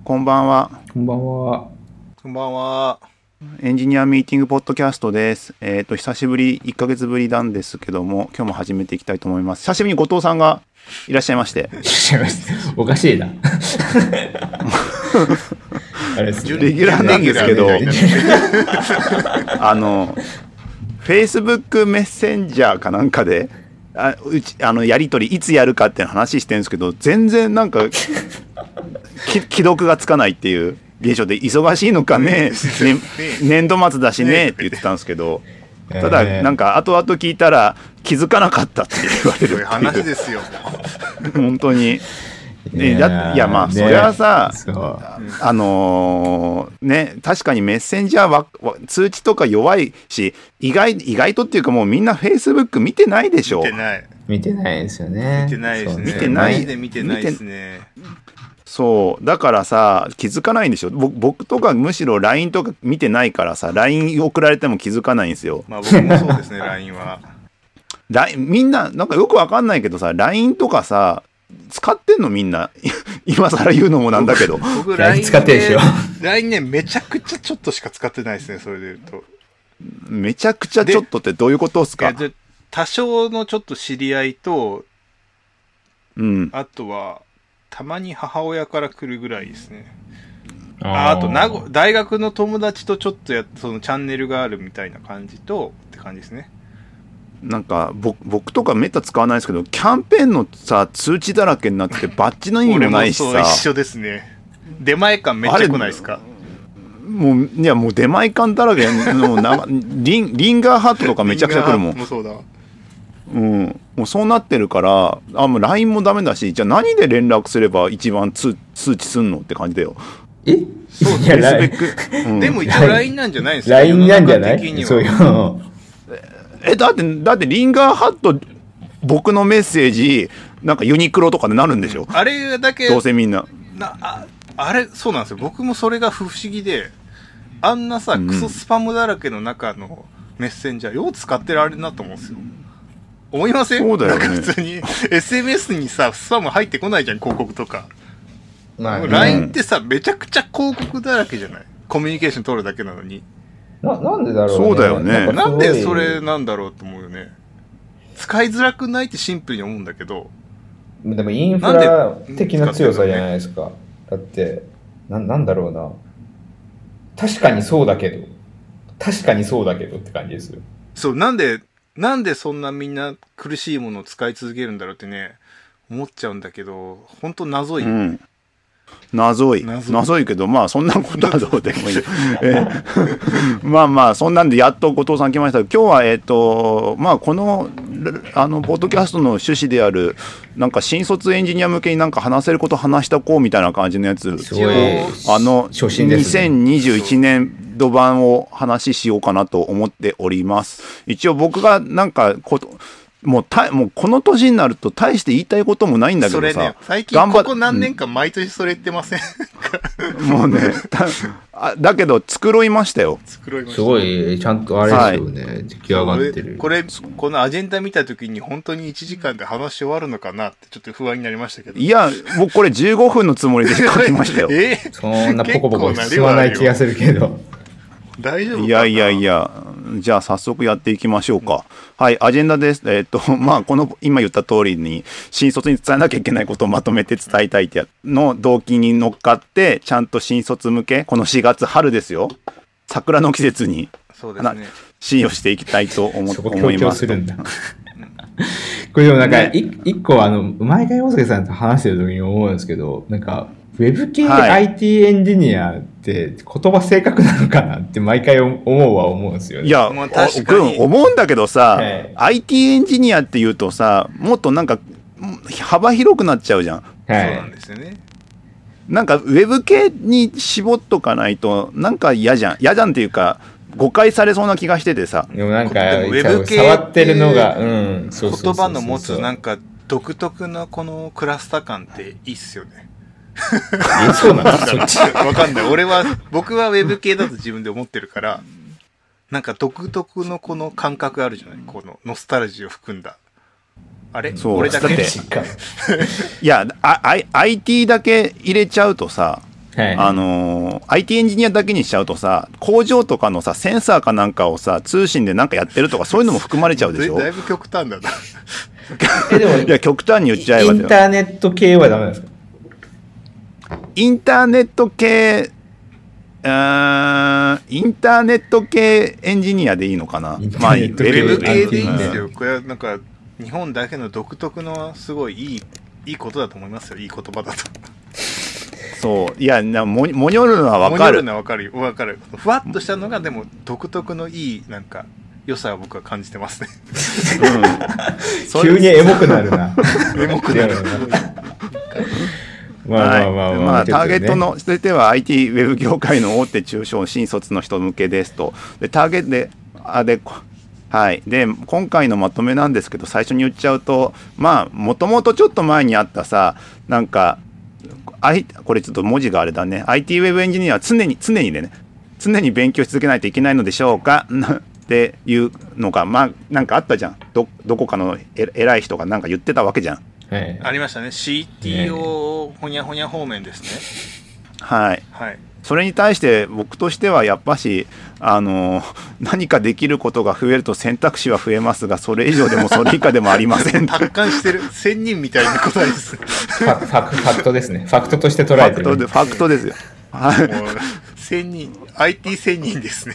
こんばんは。 こんばんは。 こんばんは。 エンジニアミーティングポッドキャストです。久しぶり、1ヶ月ぶりなんですけども、今日も始めていきたいと思います。久しぶりに後藤さんがいらっしゃいまして。 おかしいな。あれですね、 レギュラーなんですけど、Facebook メッセンジャーかなんかで、やり取りいつやるかって話してるんですけど、全然なんか既読がつかないっていう現象で、忙しいのかね、年度末だしねって言ってたんですけど、ただなんか後々聞いたら気づかなかったって言われるっていう。 そういう話ですよ。 本当に。いやまあそれはさ、ね、確かにメッセンジャーは通知とか弱いし、意外とっていうか、もうみんな Facebook 見てないでしょ。 見てないですよね。 見てないですね。 見てない。 マジで見てないですね。 そうだからさ、気づかないんでしょ。僕とかむしろ LINE とか見てないからさ、 LINE 送られても気づかないんですよ。 まあ僕もそうですね。LINE はみんななんかよくわかんないけどさ、 LINE とかさ使ってんのみんな。今更言うのもなんだけど。 僕 LINE 使ってるでしょ。 LINE ね、めちゃくちゃちょっとしか使ってないですね。それで言うと。 めちゃくちゃちょっとってどういうことですか？ 多少のちょっと知り合いと、あとはたまに母親から来るぐらいですね。あと大学の友達とちょっとそのチャンネルがあるみたいな感じとって感じですね。 なんか僕とかめった使わないですけど、キャンペーンのさ通知だらけになってて、バッジの意味もないしさ。 俺もそう一緒ですね。出前感めっちゃ来ないですか？ もう出前感だらけ。もうリンガーハットとかめちゃくちゃ来るもん。 もうそうだ。 もうそうなってるから、もう LINE もダメだし、じゃあ何で連絡すれば一番通知すんのって感じだよ。 そうですね。でも一応 LINE なんじゃないですか。 LINE なんじゃない？そういう。 だってリンガーハット、僕のメッセージなんかユニクロとかでなるんでしょ。 あれだけどうせみんなあれそうなんですよ。僕もそれが不思議で、あんなさ、クソスパムだらけの中のメッセンジャーよう使ってられるなと思うんですよ。思いません？ そうだよね。 なんか普通に SMS にさスパム入ってこないじゃん、広告とか。 まあ、 LINE ってさ、めちゃくちゃ広告だらけじゃない？コミュニケーション取るだけなのに。 なんでだろうね。 そうだよね。 なんでそれなんだろうと思うよね。使いづらくないってシンプルに思うんだけど。 でもインフラ的な強さじゃないですか。だってなんだろうな。確かにそうだけどって感じですよ。 そう、なんでそんなみんな苦しいものを使い続けるんだろうってね、思っちゃうんだけど、本当謎い。謎いけど、まあそんなことはどうでもいい。まあそんなんでやっと後藤さん来ましたけど、今日はまあこのポッドキャストの趣旨である、なんか新卒エンジニア向けになんか話せること話したこうみたいな感じのやつを、2021年度版を話しようかなと思っております。一応僕がなんかもうこの年になると大して言いたいこともないんだけどさ、 それね、最近ここ何年か毎年それ言ってません？ もうねだけど繕いましたよ。 すごいちゃんとあれですよね、出来上がってる。 このアジェンダ見た時に本当に1時間で話し終わるのかなってちょっと不安になりましたけど。 いやもうこれ15分のつもりで書きましたよ。 そんなポコポコ進まない気がするけど。 大丈夫かな。 いやじゃあ早速やっていきましょうか。はい、アジェンダです。まあこの今言った通りに新卒に伝えなきゃいけないことをまとめて伝えたいっての動機に乗っかって、ちゃんと新卒向け、この4月春ですよ、桜の季節に使用していきたいと思います。 そこ強調するんだ。これでもなんか一個前川洋介さんと話してる時に思うんですけど、なんかウェブ系 IT エンジニアって言葉正確なのかなって毎回思うんですよね。 いや、確かに思うんだけどさ、IT エンジニアって言うとさ、もっとなんか幅広くなっちゃうじゃん。 そうなんですよね。 なんかウェブ系に絞っとかないとなんか嫌じゃんっていうか誤解されそうな気がしててさ。 でもなんかウェブ系触ってるのが、 言葉の持つなんか独特なこのクラスター感っていいっすよね。 そうなの？ わかんない。僕はウェブ系だと自分で思ってるから、なんか独特のこの感覚あるじゃない？このノスタルジーを含んだ。あれ？俺だけ？ いや、IT だけ入れちゃうとさ、 IT エンジニアだけにしちゃうとさ、工場とかのさセンサーかなんかをさ通信でなんかやってるとかそういうのも含まれちゃうでしょ。 だいぶ極端だなでもいや極端に言っちゃえばインターネット系はダメなんですか？ インターネット系インターネット系エンジニアでいいのかな。まあウェブ系でいいんですよ。これはなんか日本だけの独特のすごいいいことだと思いますよ。いい言葉だと。 そういやモニョるのは分かる。 モニョるのは分かる。ふわっとしたのがでも独特のいいなんか良さを僕は感じてますね。 急にエモくなるな。 エモくなる。 まあターゲットのそれでは IT ウェブ業界の大手中小新卒の人向けですと。でターゲットで今回のまとめなんですけど、最初に言っちゃうと、まあもともとちょっと前にあったさ、なんかこれちょっと文字があれだね。 IT ウェブエンジニアは常に勉強し続けないといけないのでしょうかっていうのがまあなんかあったじゃん。どこかの偉い人がなんか言ってたわけじゃん。 ありましたね。 CTO ほにゃほにゃ方面ですね。 はい、 はい、 それに対して僕としてはやっぱし何かできることが増えると選択肢は増えますが、それ以上でもそれ以下でもありません。 達観してる仙人みたいな答えです。 ファクトですね。ファクトとして捉えてる、 ファクトですよ。はい。もう仙人 IT 仙人ですね。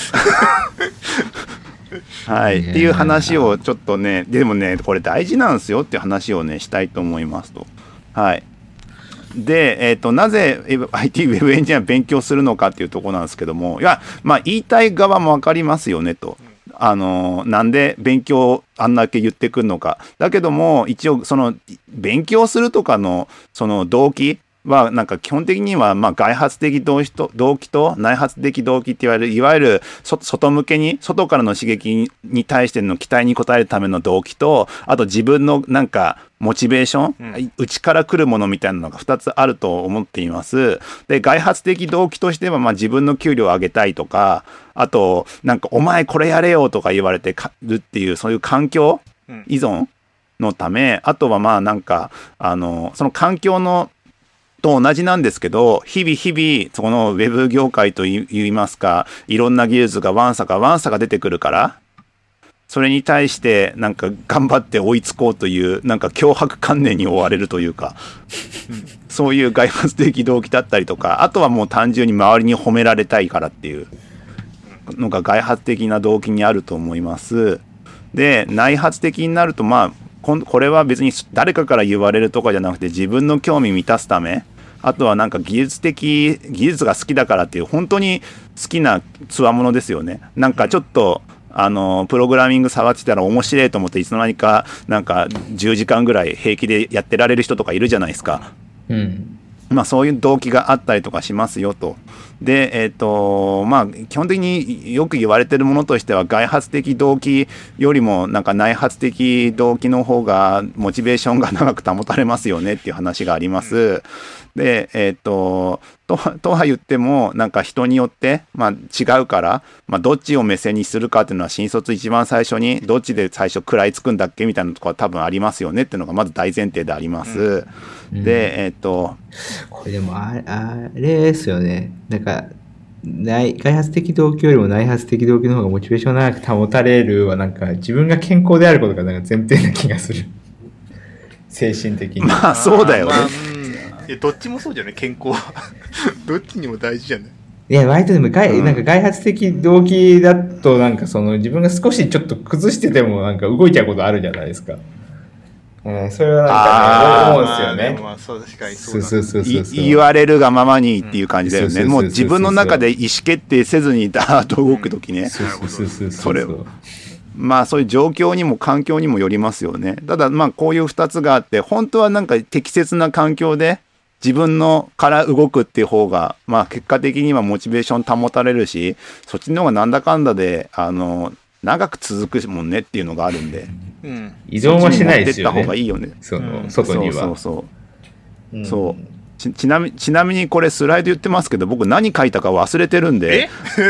はい、っていう話をちょっとね、でもねこれ大事なんですよっていう話をねしたいと思いますと。はい。で、なぜ IT ウェブエンジニア勉強するのかっていうところなんですけども、いやまあ言いたい側も分かりますよねと。なんで勉強あんだけ言ってくるのか。だけども一応その勉強するとかのその動機はなんか基本的にはまあ外発的動機と内発的動機って言われる、いわゆる外向けに外からの刺激に対しての期待に応えるための動機と、あと自分のなんかモチベーション、内から来るものみたいなのが2つあると思っています。で外発的動機としてはまあ自分の給料を上げたいとか、あとなんかお前これやれよとか言われてるっていうそういう環境依存のため、あとはまあなんかその環境のと同じなんですけど、日々そのウェブ業界といいますか、いろんな技術がわんさか出てくるから、それに対してなんか頑張って追いつこうというなんか脅迫観念に追われるというか、そういう外発的動機だったりとか、あとはもう単純に周りに褒められたいからっていうのが外発的な動機にあると思います。で内発的になるとまあこれは別に誰かから言われるとかじゃなくて自分の興味満たすため、あとはなんか技術が好きだからっていう本当に好きな強者ですよね。なんかちょっとプログラミング触ってたら面白いと思っていつの間にかなんか10時間ぐらい平気でやってられる人とかいるじゃないですか。まあそういう動機があったりとかしますよと。でまあ基本的によく言われてるものとしては外発的動機よりもなんか内発的動機の方がモチベーションが長く保たれますよねっていう話があります。でとは言ってもなんか人によって、まあ、違うから、まあ、どっちを目線にするかっていうのは新卒一番最初にどっちで最初食らいつくんだっけみたいなところは多分ありますよねっていうのがまず大前提であります。でこれでもあれですよね。なんか外発的動機よりも内発的動機の方がモチベーション長く保たれるはなんか自分が健康であることがなんか前提な気がする。精神的に。 まあそうだよね。 どっちもそうじゃない、健康は。どっちにも大事じゃない。 いや割とでもなんか外発的動機だとなんかその自分が少しちょっと崩しててもなんか動いちゃうことあるじゃないですか。それはなんかね思うんですよね。 まあそう確かにそう言われるがままにっていう感じだよね。もう自分の中で意思決定せずにダーッと動くときね。それをまあそういう状況にも環境にもよりますよね。ただまあこういう2つがあって、本当はなんか適切な環境で自分のから動くっていう方がまあ結果的にはモチベーション保たれるし、そっちの方がなんだかんだで長く続くもんねっていうのがあるんで、 依存はしないですよね。 持ってった方がいいよね。 外には。 そうちなみにこれスライド言ってますけど、僕何書いたか忘れてるんで。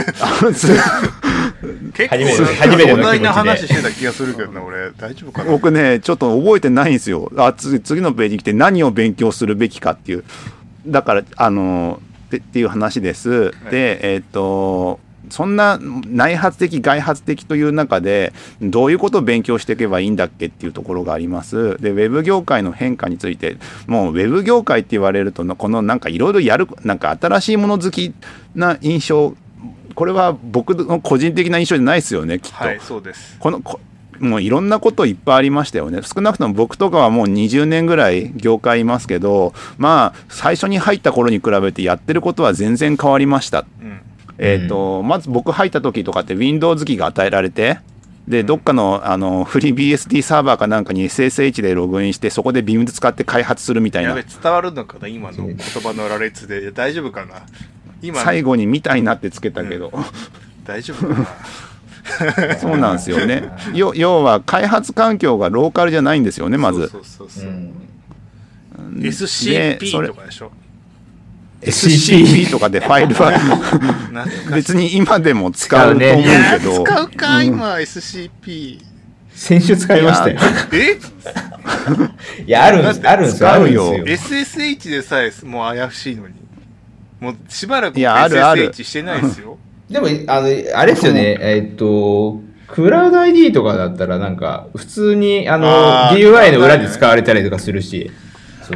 結構初めての気持ちで壮大な話してた気がするけどな、俺大丈夫かな。 僕ねちょっと覚えてないんですよ。次のページに来て何を勉強するべきかっていう。だからっていう話です。で、そんな内発的外発的という中でどういうことを勉強していけばいいんだっけっていうところがあります。でウェブ業界の変化について、もうウェブ業界って言われるとこのなんかいろいろやる、なんか新しいもの好きな印象、これは僕の個人的な印象じゃないですよね、きっと。 はい、そうです。 もういろんなこといっぱいありましたよね。少なくとも僕とかはもう20年ぐらい業界いますけど、まあ最初に入った頃に比べてやってることは全然変わりました。まず僕入った時とかって Windows 機が与えられて、でどっかのフリー BSD サーバーかなんかに SSH でログインして、そこで Vim 使って開発するみたいな。 やべ、伝わるのかな今の言葉の羅列で。大丈夫かな。今最後にみたいなってつけたけど、 大丈夫かな。 そうなんですよね。要は開発環境がローカルじゃないんですよね、まず。 SCP とかでしょ。 SCP とかでファイルは別に今でも使うと思うけど。 使うか今 SCP。 先週使いましたよ。いや、あるんですよ。 SSH でさえもう怪しいのに。もうしばらく SSH してないですよ。 でも、あれですよね、クラウド ID とかだったらなんか、普通に、GUI の裏で使われたりとかするし。そう。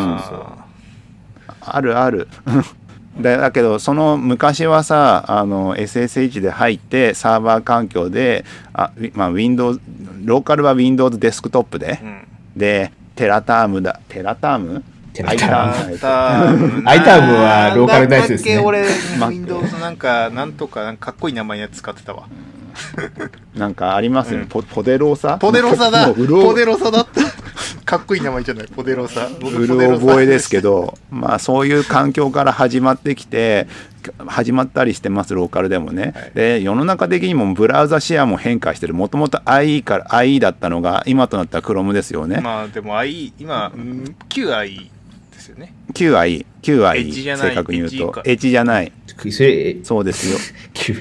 ある。だけど、その昔はさ、SSH で入って、サーバー環境で、Windows、ローカルは Windows デスクトップで、で、テラタームアイタームはローカル大好きですね。 俺 Windows なんとかかっこいい名前のやつ使ってたわ。 なんかありますよね。ポデローサだ。ポデローサだった。かっこいい名前じゃない。ポデローサ。 うる覚えですけど、まあそういう環境から始まったりしてます、ローカルでもね。はい、で世の中的にもブラウザシェアも変化してる。もともと IE だったのが今となったら Chrome ですよね。 まあでも IE 今 QIE ですよね。 QIE 正確に言うとエッジじゃない。そうですよ。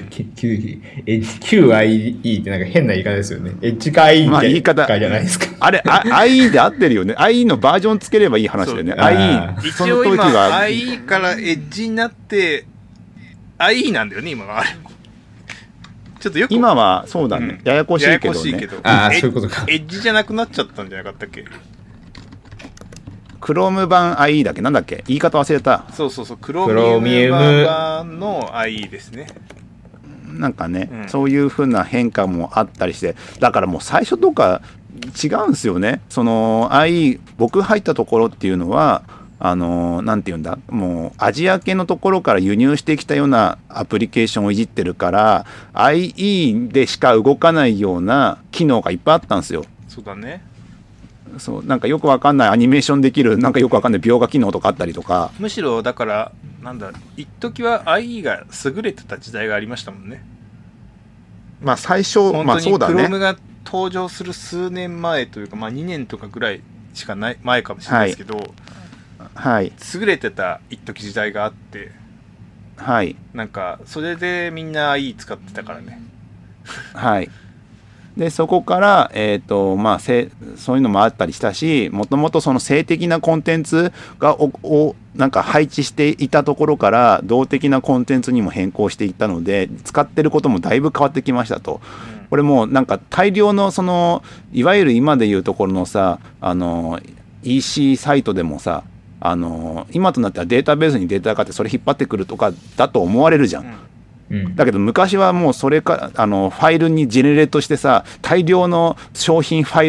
QIE ってなんか変な言い方ですよね。エッジか IE って言い方じゃないですか。 あれ IE で合ってるよね。IE のバージョンつければいい話だよね。IE 一応今 IE からエッジになって。IE なんだよね今は。ちょっとよく今はそうだね、ややこしいけどね。 そういうことか。 エッジじゃなくなっちゃったんじゃなかったっけ。 クローム版 IE だっけ、なんだっけ、言い方忘れた。 そうクロミウム版の IE ですね。 なんかね、そういう風な変化もあったりして、だからもう最初とか違うんですよね。その IE 僕入ったところっていうのはなんていうんだ、もうアジア系のところから輸入してきたようなアプリケーションをいじってるから IE でしか動かないような機能がいっぱいあったんですよ。 そうだね。 そう、なんかよくわかんないアニメーションできるなんかよくわかんない描画機能とかあったりとか。 むしろだからなんだ、一時は IE が優れてた時代がありましたもんね。 まあ最初まあそうだね。 Chrome が登場する数年前というか、まあ2年とかぐらいしかない前かもしれないですけど、 はい、 優れてた一時時代があって、 はい、 なんかそれでみんな IE 使ってたからね。 はい。でそこから、まあ、そういうのもあったりしたし、もともとその性的なコンテンツをなんか配置していたところから動的なコンテンツにも変更していったので、使ってることもだいぶ変わってきましたと。これもうなんか大量のそのいわゆる今でいうところのさEC サイトでもさ今となってはデータベースにデータがあってそれ引っ張ってくるとかだと思われるじゃん。だけど昔はもうそれかファイルにジェネレートしてさ、大量の商品ファ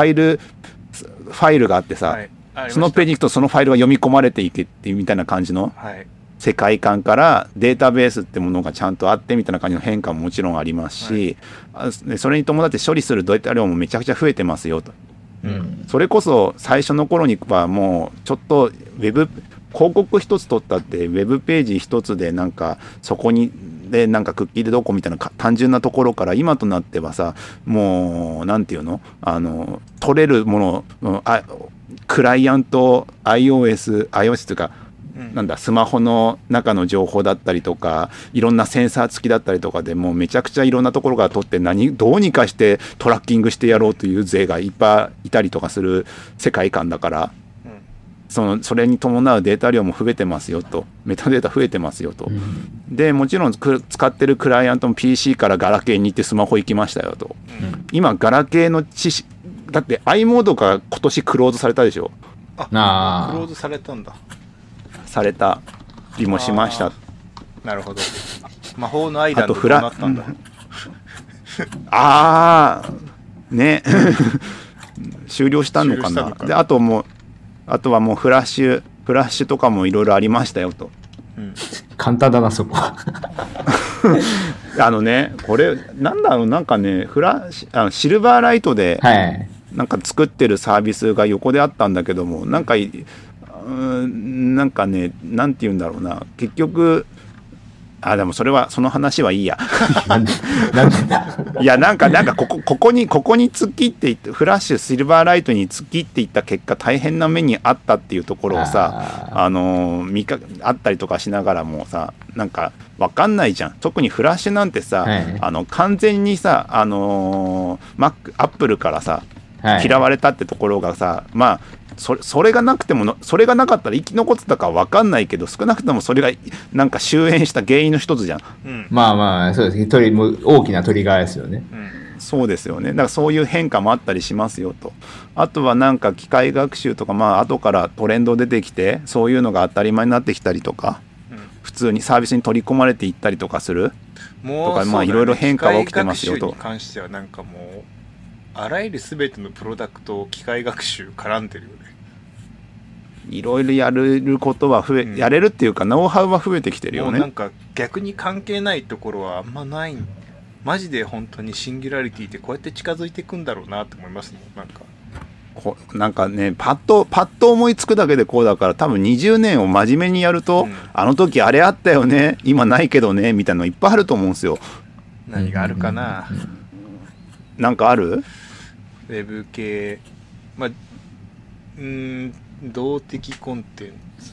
イルがあってさ、はい、そのページ行くとそのファイルが読み込まれていけっていうみたいな感じの世界観からデータベースってものがちゃんとあってみたいな感じの変化ももちろんありますし、はい、それに伴って処理するデータ量もめちゃくちゃ増えてますよと。それこそ最初の頃にはもうちょっとウェブ広告一つ取ったってウェブページ一つでなんかそこにでなんかクッキーでどこみたいな単純なところから今となってはさ、もうなんていうの取れるものクライアント iOS というか、なんだスマホの中の情報だったりとかいろんなセンサー付きだったりとかでもうめちゃくちゃいろんなところから取ってどうにかしてトラッキングしてやろうという勢がいっぱいいたりとかする世界観だから、 それに伴うデータ量も増えてますよと、メタデータ増えてますよと、でもちろん使ってるクライアントも PC からガラケーに行ってスマホ行きましたよと、今ガラケーのだって i モードが今年クローズされたでしょ。 クローズされたんだ。 されたりもしました。 なるほど。魔法のアイランドどうなったんだ。 ね終了したのかな。であとはもうフラッシュとかもいろいろありましたよと、 簡単だなそここれなんかねシルバーライトでなんか作ってるサービスが横であったんだけども、なんかねなんて言うんだろうな、結局でもその話はいいやいやなんかここに突っ切っていってフラッシュシルバーライトに突っ切っていった結果大変な目にあったっていうところをさあったりとかしながらもさ、なんか分かんないじゃん。特にフラッシュなんてさ、完全にさアップルからさ嫌われたってところがさ、まあそれがなかったら生き残ってたかは分かんないけど、少なくともそれがなんか終焉した原因の一つじゃん。 まあそうですね。もう大きなトリガーですよね。 そうですよね。だからそういう変化もあったりしますよと。あとはなんか機械学習とか後からトレンド出てきてそういうのが当たり前になってきたりとか、普通にサービスに取り込まれていったりとかするとか、いろいろ変化が起きてますよと。 機械学習に関してはなんかもうあらゆる全てのプロダクトを機械学習絡んでるよね。 いろいろやれることはやれるっていうかノウハウは増えてきてるよね。 もうなんか逆に関係ないところはあんまない。マジで本当にシンギュラリティってこうやって近づいていくんだろうなと思いますね。 なんかねパッと思いつくだけでこうだから、多分20年を真面目にやると、あの時あれあったよね今ないけどねみたいなのいっぱいあると思うんですよ。 何があるかな。 なんかある？ ウェブ系、動的コンテンツ。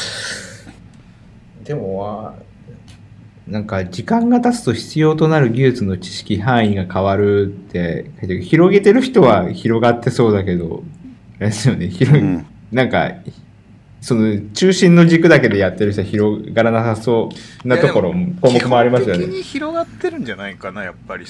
でもなんか時間が経つと必要となる技術の知識範囲が変わるって広げてる人は広がってそうだけど、あれですよね、なんかその中心の軸だけでやってる人は広がらなさそうなところも項目もありますよね。 基本的に広がってるんじゃないかな。やっぱ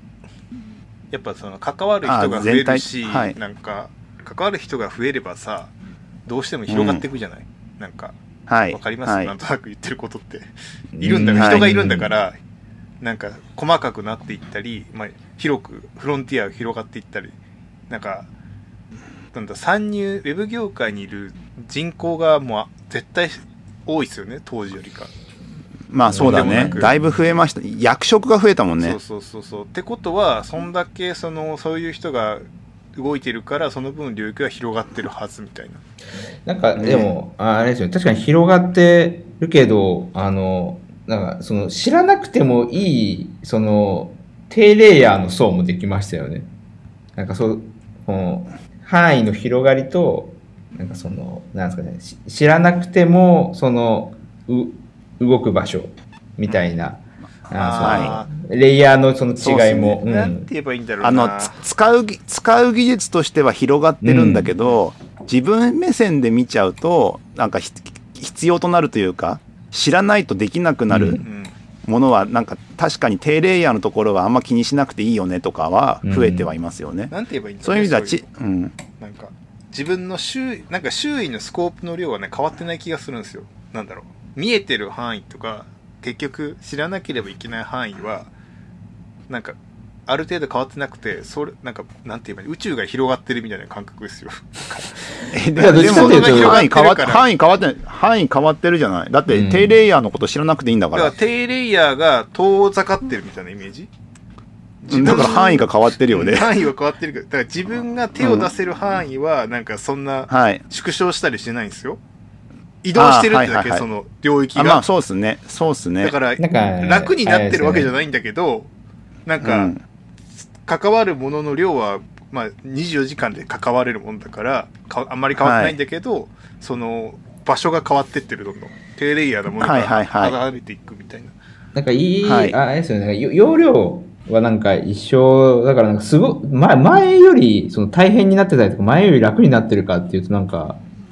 関わる人が増えるし、なんか関わる人が増えればさ、どうしても広がっていくじゃない。なんかわかります、なんとなく言ってることっているんだから、人がいるんだから、なんか細かくなっていったり、広くフロンティアが広がっていったり、なんか参入ウェブ業界にいる人口がもう絶対多いですよね、当時よりか。 そうだね、だいぶ増えました。役職が増えたもんね。 そうってことはそんだけそういう人が動いてるから、その分領域が広がってるはずみたいな。 なんかでもあれですよね、確かに広がってるけど、なんか知らなくてもいい低レイヤーの層もできましたよね。なんか範囲の広がりと、なんかなんですかね、知らなくても動く場所みたいな、レイヤーの違いも、 なんて言えばいいんだろうな。 使う技術としては広がってるんだけど、自分目線で見ちゃうとなんか必要となるというか、知らないとできなくなるものは、なんか確かに低レイヤーのところはあんま気にしなくていいよねとかは増えてはいますよね。 なんて言えばいいんだろう。 そういう意味ではなんか自分の周囲のスコープの量はね変わってない気がするんですよ。なんだろう、見えてる範囲とか結局知らなければいけない範囲はなんかある程度変わってなくて、なんかなんて言えばいい、宇宙が広がってるみたいな感覚ですよ。 でも範囲変わってるじゃない。だって低レイヤーのこと知らなくていいんだから。 だから低レイヤーが遠ざかってるみたいなイメージ。 だから範囲が変わってるよね。 範囲は変わってるけど、だから自分が手を出せる範囲はなんかそんな縮小したりしてないんですよ。移動してるってだけ、その領域が。 そうですね。だから楽になってるわけじゃないんだけど、なんか関わるものの量は24時間で関われるもんだからあんまり変わってないんだけど、その場所が変わってってる、どんどん低レイヤーなものが離れていくみたいな。 なんかあれですよね。容量はなんか一緒だから、なんか前より大変になってたりとか前より楽になってるかっていうと、なんか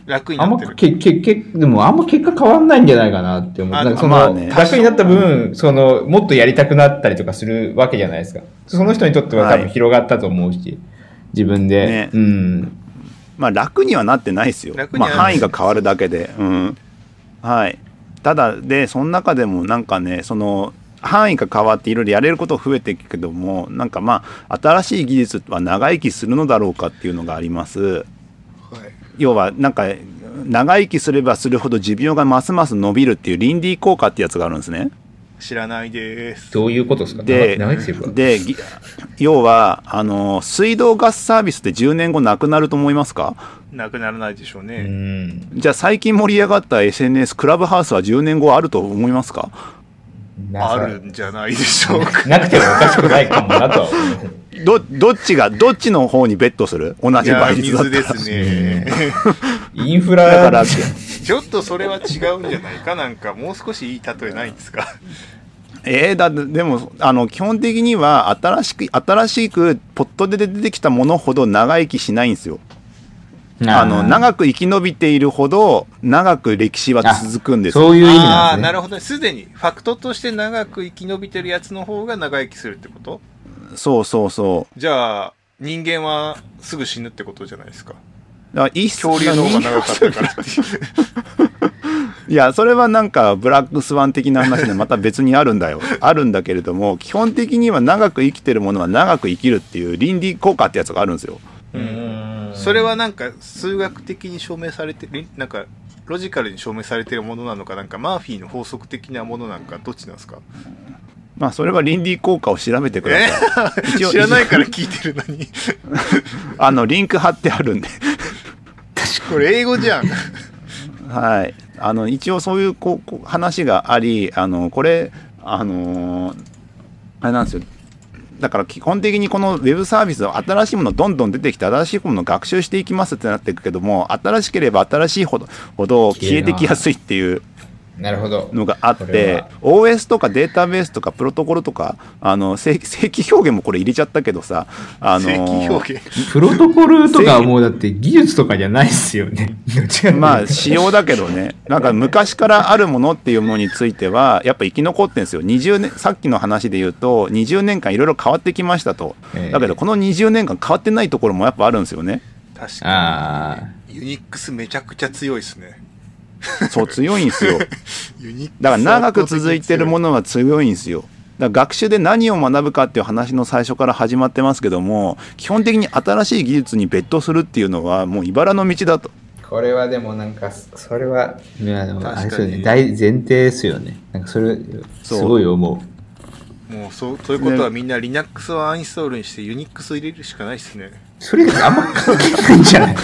楽になってる。 でもあんま結果変わんないんじゃないかなって思う。なんかその、楽になった分、もっとやりたくなったりとかするわけじゃないですか。その人にとっては多分広がったと思うし、自分で。 ね、うん。まあ楽にはなってないですよ。まあ範囲が変わるだけで。うん。はい。ただで、その中でもなんかね、範囲が変わっていろいろやれること増えていくけども、なんかまあ新しい技術は長生きするのだろうかっていうのがあります。はい、要はなんか長生きすればするほど寿命がますます伸びるっていうリンディ効果ってやつがあるんですね。 知らないです。 どういうことですか？ で要は水道ガスサービスって10年後なくなると思いますか？ なくならないでしょうね。 じゃあ最近盛り上がった SNS クラブハウスは10年後あると思いますか？ あるんじゃないでしょうか。 なくてもおかしくないかもなと。 どっちの方にベットする？同じ倍率だったら。 水ですね。 インフラだからちょっとそれは違うんじゃないか。なんかもう少しいい例えないんですか？ でも基本的には新しくポットで出てきたものほど長生きしないんですよ。長く生き延びているほど長く歴史は続くんですよ。 そういう意味なんですね。 なるほど。すでにファクトとして長く生き延びてるやつの方が長生きするってこと？ そう。 じゃあ人間はすぐ死ぬってことじゃないですか。 恐竜の方が長かったからっていういやそれはなんかブラックスワン的な話でまた別にあるんだよあるんだけれども、基本的には長く生きてるものは長く生きるっていう倫理効果ってやつがあるんですよ。 それはなんか数学的に証明されてる、なんかロジカルに証明されてるものなのか、なんかマーフィーの法則的なものなのか、どっちなんですか？ まあそれは倫理効果を調べてください。 知らないから聞いてるのにリンク貼ってあるんでこれ英語じゃん。 はい、一応そういう話があり、これあれなんですよ。だから基本的にこのウェブサービスは新しいものどんどん出てきて新しいものを学習していきますってなっていくけども、新しければ新しいほど消えてきやすいっていうのがあって、 OS とかデータベースとかプロトコルとか正規表現もこれ入れちゃったけどさ、 正規表現プロトコルとかはもうだって技術とかじゃないっすよね。 まあ仕様だけどね、なんか昔からあるものっていうものについてはやっぱ生き残ってるんですよ。20年、さっきの話で言うと20年間いろいろ変わってきましたと。だけどこの20年間変わってないところもやっぱあるんですよね。 確かにユニックスめちゃくちゃ強いですね。 そう強いんですよ。だから長く続いてるものは強いんですよ。だから学習で何を学ぶかっていう話の最初から始まってますけども、基本的に新しい技術に別途するっていうのはもう茨の道だと。 これはでもなんかそれはあれですよね、大前提ですよね。なんかそれすごい思う。 もうそういうことはみんな Linux をアンインストールにしてユニックスを入れるしかないですね。 それあんま関係ないんじゃない？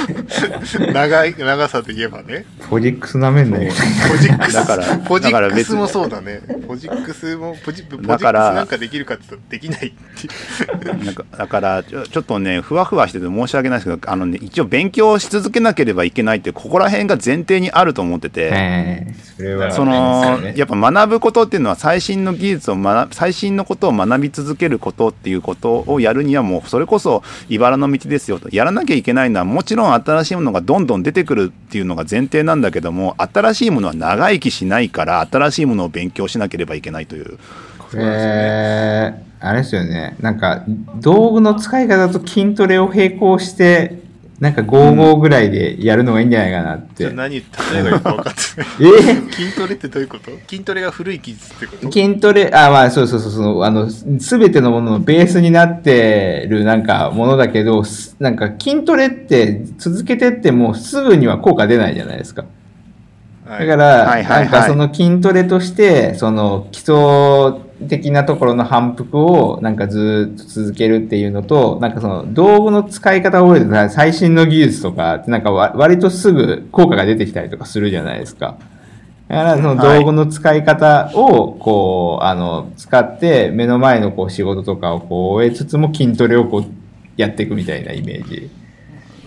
長さで言えばね。 ポジックスなめんなよ。 ポジックスもそうだね。ポジックスなんかできるかって言ったらできないっていうだからちょっとねふわふわしてて申し訳ないですけど、一応勉強し続けなければいけないってここら辺が前提にあると思ってて、 それはやっぱ学ぶことっていうのは最新の技術を最新のことを学び続けることっていうことをやるにはもうそれこそ茨の道ですよと。やらなきゃいけないのはもちろん新しいものがどんどん出てくるっていうのが前提なんだけども、新しいものは長生きしないから新しいものを勉強しなければいけないという。 これあれですよね、なんか道具の使い方と筋トレを並行してなんか55ぐらいでやるのがいいんじゃないかなって。 じゃあ例えがよく分かってない。筋トレってどういうこと？筋トレが古い技術ってこと？ 筋トレ、まあそうすべてのもののベースになってるなんかものだけど、なんか筋トレって続けてってもすぐには効果出ないじゃないですか。だから、なんかその筋トレとして、その基礎的なところの反復をなんかずっと続けるっていうのと、なんかその道具の使い方を覚えて最新の技術とかってなんか割とすぐ効果が出てきたりとかするじゃないですか。だからその道具の使い方をこう、使って目の前のこう仕事とかをこう終えつつも筋トレをこうやっていくみたいなイメージ。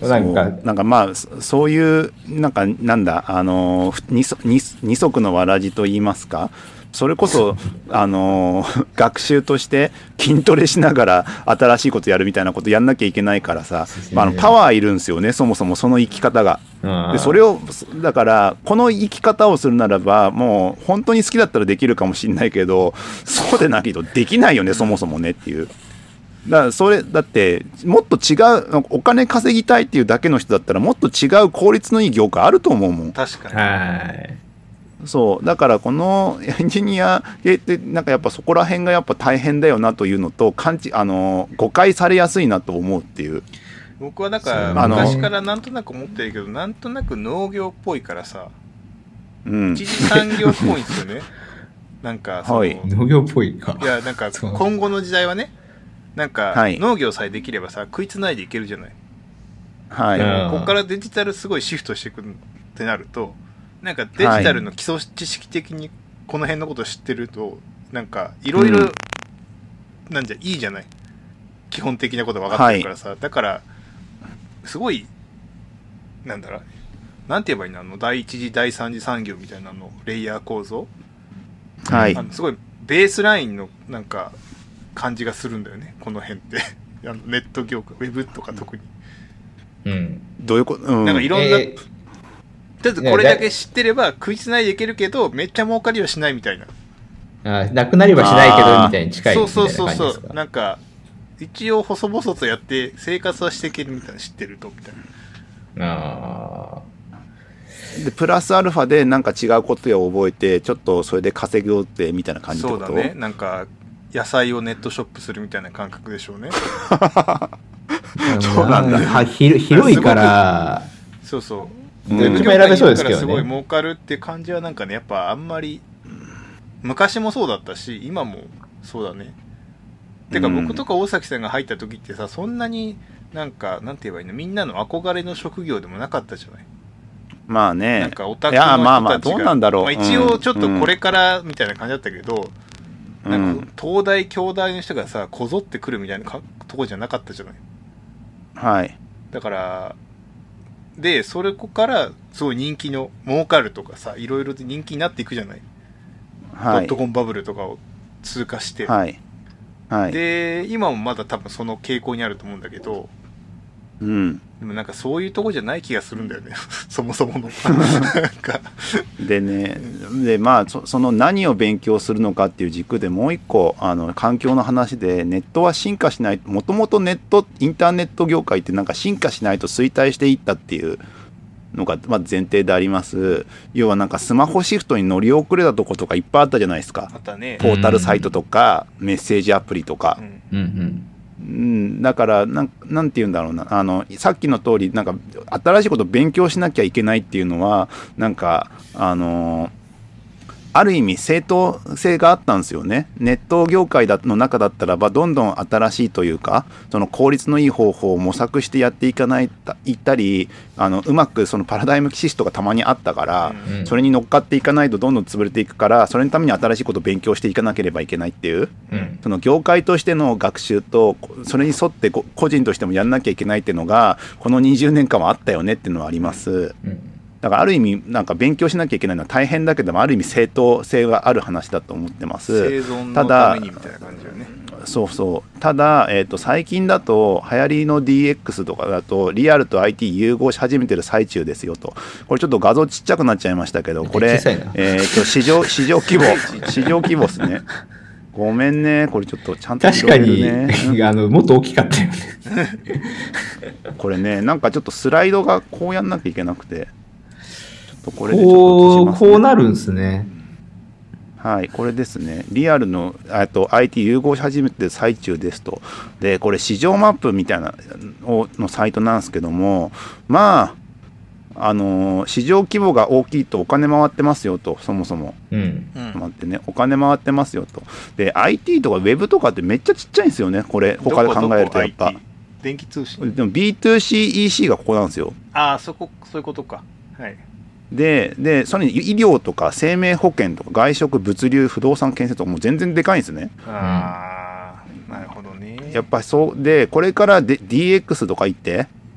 なんかまあそういうなんだ二足のわらじと言いますか、それこそ学習として筋トレしながら新しいことやるみたいなことやんなきゃいけないからさ、パワーいるんですよね、そもそもその生き方が。でそれをだからこの生き方をするならばもう本当に好きだったらできるかもしれないけど、そうでないとできないよねそもそもねっていう。だってもっと違うお金稼ぎたいっていうだけの人だったらもっと違う効率のいい業界あると思うもん。 確かに。 はい。 そうだからこのエンジニア系ってなんかやっぱそこら辺がやっぱ大変だよなというのと誤解されやすいなと思うっていう。 僕はだから昔からなんとなく思ってるけど、なんとなく農業っぽいからさ、一次産業っぽいんですよね。なんかはい、農業っぽいか。 いやなんか今後の時代はね、なんか農業さえできればさ食いつないでいけるじゃない。 はい。 ここからデジタルすごいシフトしていくってなると、なんかデジタルの基礎知識的にこの辺のことを知ってると、なんかいろいろなんじゃいいじゃない。基本的なこと分かってるからさ、だからすごいなんだろう、なんて言えばいいの、第一次第三次産業みたいなのレイヤー構造、 はい、 すごいベースラインのなんか感じがするんだよねこの辺ってネット業界ウェブとか特に、 どういうこと、 なんかいろんな、とりあえずこれだけ知ってれば食いつないでいけるけどめっちゃ儲かりはしないみたいな、 なくなりはしないけどみたいに近いみたいな感じですか。 そうなんか一応細々とやって生活はしていけるみたいな、知ってるとみたいな。 でプラスアルファでなんか違うことを覚えてちょっとそれで稼ぐってみたいな感じってこと。 そうだね、なんか野菜をネットショップするみたいな感覚でしょうね。 そうなんだ。 広いからそうどっちも選べそうですけどね。 すごい儲かるって感じはなんかね、やっぱあんまり昔もそうだったし今もそうだね。てか僕とか大崎さんが入った時ってさ、そんなになんかなんて言えばいいの、みんなの憧れの職業でもなかったじゃない。 まあね、 なんかオタクの人たちが、 まあどうなんだろう、 一応ちょっとこれからみたいな感じだったけど、なんか東大京大の人がさこぞってくるみたいなとこじゃなかったじゃない。 はい。 だからでそれからすごい人気の儲かるとかさ、いろいろで人気になっていくじゃない、 はい、 ドットコムバブルとかを通過して、 はいはい、 で今もまだ多分その傾向にあると思うんだけど、でもなんかそういうとこじゃない気がするんだよねそもそものなんかでね、でまあその何を勉強するのかっていう軸でもう一個環境の話で、ネットは進化しない、もともとインターネット業界ってなんか進化しないと衰退していったっていうのがまず前提であります。要はなんかスマホシフトに乗り遅れたとことかいっぱいあったじゃないですか。 あったね。 ポータルサイトとかメッセージアプリとか、だからなんて言うんだろうな、さっきの通りなんか新しいことを勉強しなきゃいけないっていうのはなんかある意味正当性があったんですよね。ネット業界の中だったらばどんどん新しいというかその効率のいい方法を模索してやっていったりうまくそのパラダイムシフトがたまにあったから、それに乗っかっていかないとどんどん潰れていくから、それのために新しいことを勉強していかなければいけないっていう、その業界としての学習とそれに沿って個人としてもやんなきゃいけないっていうのがこの20年間はあったよねっていうのはあります。だからある意味なんか勉強しなきゃいけないのは大変だけども、ある意味正当性がある話だと思ってます。 生存のためにみたいな感じよね。 そうただ、最近だと流行りの DX とかだとリアルと IT 融合し始めてる最中ですよと。これちょっと画像ちっちゃくなっちゃいましたけど、これ市場規模ですね。ごめんね、これちょっとちゃんと確かに、もっと大きかったよねこれね、なんかちょっとスライドがこうやんなきゃいけなくて、これでちょっとこうなるんですね。 はい、これですね。リアルのIT 融合し始めてる最中ですと。でこれ市場マップみたいなのサイトなんですけども、まあ市場規模が大きいとお金回ってますよと、そもそも、待ってね、お金回ってますよと。で IT とか Web とかってめっちゃちっちゃいんですよね、これ他で考えると。やっぱ電気通信でも B2CEC がここなんですよ。 そういうことか。はい。 でそれに医療とか生命保険とか外食物流不動産建設とかもう全然でかいんですね。 なるほどね。 やっぱりそうで、これからDX とか言って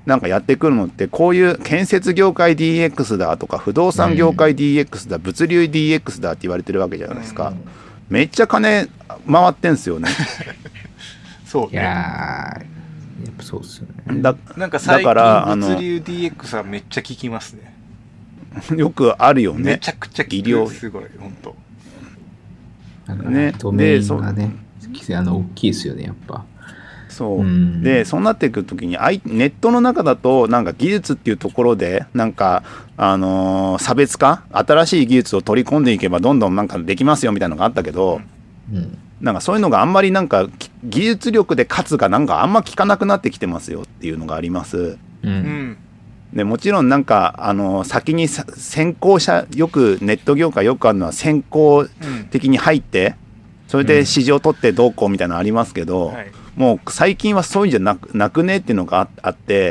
なんかやってくるのって、こういう建設業界 DX だとか不動産業界 DX だ、物流 DX だって言われてるわけじゃないですか。めっちゃ金回ってんすよね。 そうね。 いややっぱそうっすよね。 なんか最近物流 DX はめっちゃ聞きますね。 よくあるよね。 めちゃくちゃ聞く。すごい本当。 ね、ドメインがね、大きいですよね、やっぱ。 そう。で、そうなってくるときに、ネットの中だと、なんか技術っていうところで、なんか、差別化、新しい技術を取り込んでいけば、どんどんなんかできますよみたいなのがあったけど、なんかそういうのがあんまりなんか、技術力で勝つがなんかあんま効かなくなってきてますよっていうのがあります。でもちろんなんか先に先行者、よくネット業界よくあるのは先行的に入って、それで市場取ってどうこうみたいなのありますけど、もう最近はそういうんじゃなくねっていうのがあって、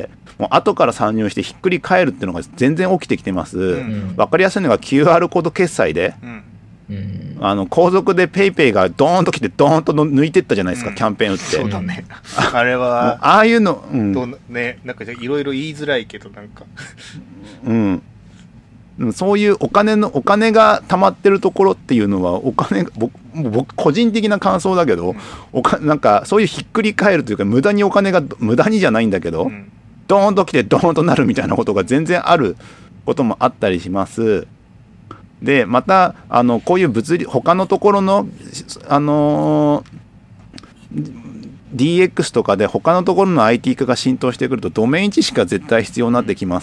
もう後から参入してひっくり返るっていうのが全然起きてきてます。分かりやすいのが QR コード決済で、後続でペイペイがドーンと来てドーンと抜いてったじゃないですか、キャンペーン打って。 そうだね。あれはああいうの、 ね、なんかいろいろ言いづらいけどなんかそういうお金が溜まってるところっていうのは僕個人的な感想だけど、なんかそういうひっくり返るというか無駄にじゃないんだけど、ドーンと来てドーンとなるみたいなことが全然あることもあったりします。でまたこういう他のところのDX とかで他のところの IT 化が浸透してくるとドメイン知識が絶対必要になってきます。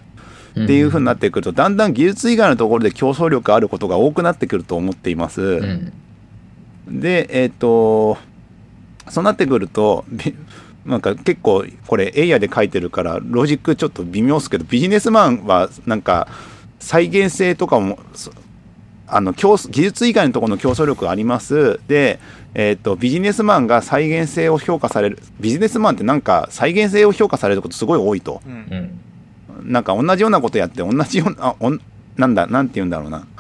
っていう風になってくるとだんだん技術以外のところで競争力あることが多くなってくると思っています。でそうなってくるとなんか結構これエイヤで書いてるからロジックちょっと微妙ですけど、ビジネスマンはなんか再現性とかも技術以外のところの競争力があります。で、ビジネスマンが再現性を評価される、ビジネスマンってなんか再現性を評価されることすごい多いと、なんか同じようなことやって同じようななんて言うんだろうな、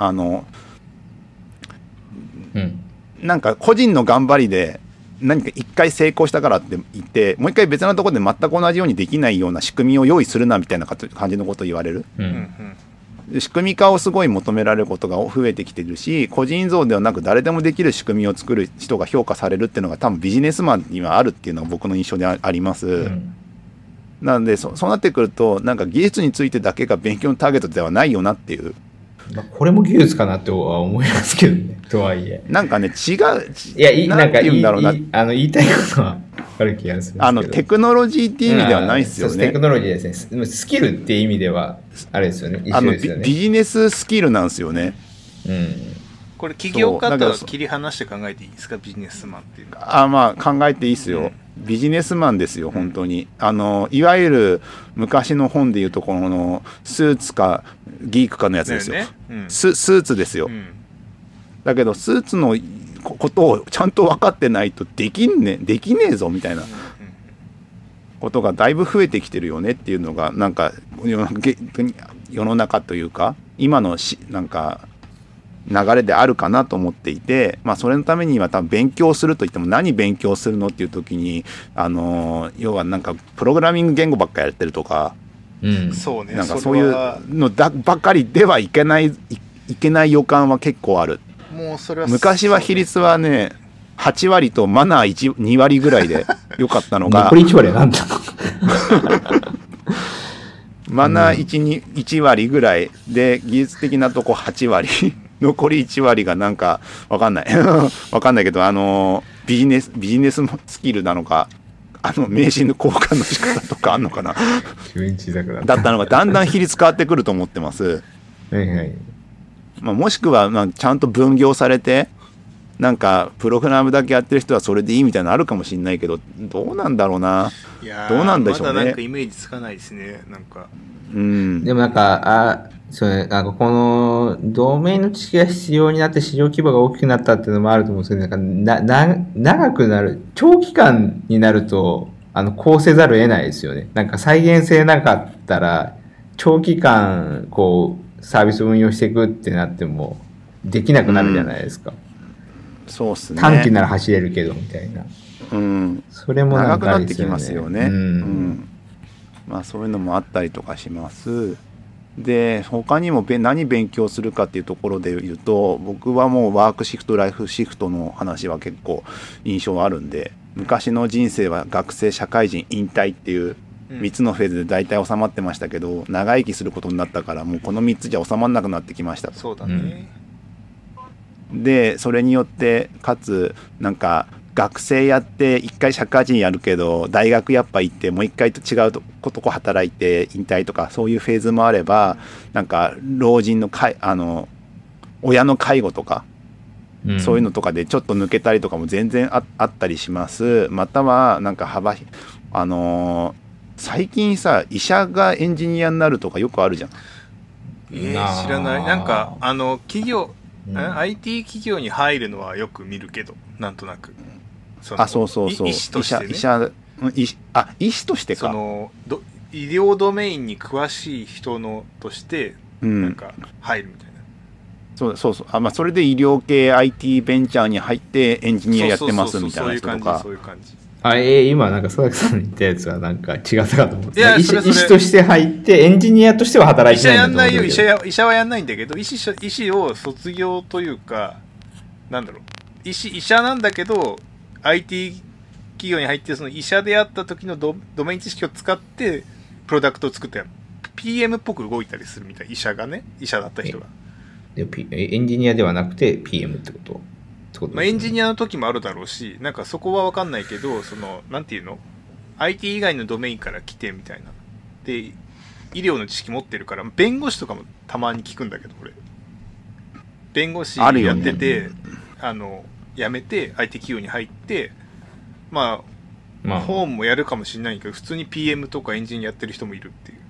なんか個人の頑張りで何か一回成功したからって言ってもう一回別なところで全く同じようにできないような仕組みを用意するなみたいな感じのことを言われる。仕組み化をすごい求められることが増えてきてるし、個人像ではなく誰でもできる仕組みを作る人が評価されるっていうのが多分ビジネスマンにはあるっていうのが僕の印象であります。なのでそうなってくるとなんか技術についてだけが勉強のターゲットではないよなっていう。 これも技術かなっては思いますけどね。とはいえなんかね違う。 いやなんか言いたいことはある気がするんですけど、 テクノロジーっていう意味ではないですよね。 テクノロジーですね。スキルっていう意味ではあれですよね。一緒ですよね。 ビジネススキルなんですよね。 これ企業家とは切り離して考えていいですか、ビジネスマンっていうまあ考えていいですよ。ビジネスマンですよ本当に。いわゆる昔の本でいうところのスーツかギークかのやつですよ。スーツですよ。だけどスーツのことをちゃんと分かってないとできねえぞみたいなことがだいぶ増えてきてるよねっていうのがなんか世の中というか今のなんか流れであるかなと思っていて、まあそれのためには多分勉強するといっても何勉強するのっていう時に要はなんかプログラミング言語ばっかやってるとか、 そうね、 なんかそういうのばかりではいけない予感は結構ある。 もうそれは昔は比率はね8割とマナー2割ぐらいでよかったのが残り1割はなんだマナー 1割ぐらいで技術的なとこ8割残り1割がなんか分かんない分かんないけどビジネススキルなのか名刺の交換の仕方とかあんのかなだったのがだんだん比率変わってくると思ってます。もしくはちゃんと分業されてなんかプログラムだけやってる人はそれでいいみたいなのあるかもしれないけどどうなんだろうな。どうなんでしょうね。 まだなんかイメージつかないですね。なんかでもなんかなんかこのドメインの知識が必要になって市場規模が大きくなったっていうのもあると思うんですけど、なんか長くなる長期間になるとこうせざるを得ないですよね。なんか再現性なかったら長期間こうサービスを運用していくってなってもできなくなるじゃないですか。 そうっすね。 短期なら走れるけどみたいな。それもなんかあれですよね。 長くなってきますよね。 まあそういうのもあったりとかします。で他にも何勉強するかっていうところで言うと、僕はもうワークシフトライフシフトの話は結構印象あるんで、昔の人生は学生社会人引退っていう3つのフェーズで大体収まってましたけど、長生きすることになったからもうこの3つじゃ収まらなくなってきました。 そうだね、 でそれによってかつなんか学生やって一回社会人やるけど大学やっぱ行ってもう一回と違うとこ働いて引退とかそういうフェーズもあれば、なんか老人の親の介護とか、そういうのとかでちょっと抜けたりとかも全然 あったりします。またはなんか最近さ医者がエンジニアになるとかよくあるじゃん。 知らない。なんか企業、IT 企業に入るのはよく見るけど、なんとなくそう医師として、ね、医師としてか、 医療ドメインに詳しい人のとしてなんか入るみたいな、 そうそれで医療系 IT ベンチャーに入ってエンジニアやってますみたいな人とか、 そういう感じ。 今なんか佐々木さんの言ったやつはなんか違ったかと思って、医師として入ってエンジニアとしては働いてないんだと思う。 医者はやんないんだけど、医師を卒業というか、なんだろう、医者なんだけど IT 企業に入って、その医者であった時のドメイン知識を使ってプロダクトを作って PM っぽく動いたりするみたいな。医者だった人がエンジニアではなくて PM ってこと、 まあ、エンジニアの時もあるだろうし、なんかそこは分かんないけど、なんていうの IT 以外のドメインから来てみたいな。で医療の知識持ってるから、弁護士とかもたまに聞くんだけど、俺弁護士やってて、辞めて IT 企業に入って、まあホームもやるかもしれないけど、普通に PM とかエンジニアやってる人もいるっていう。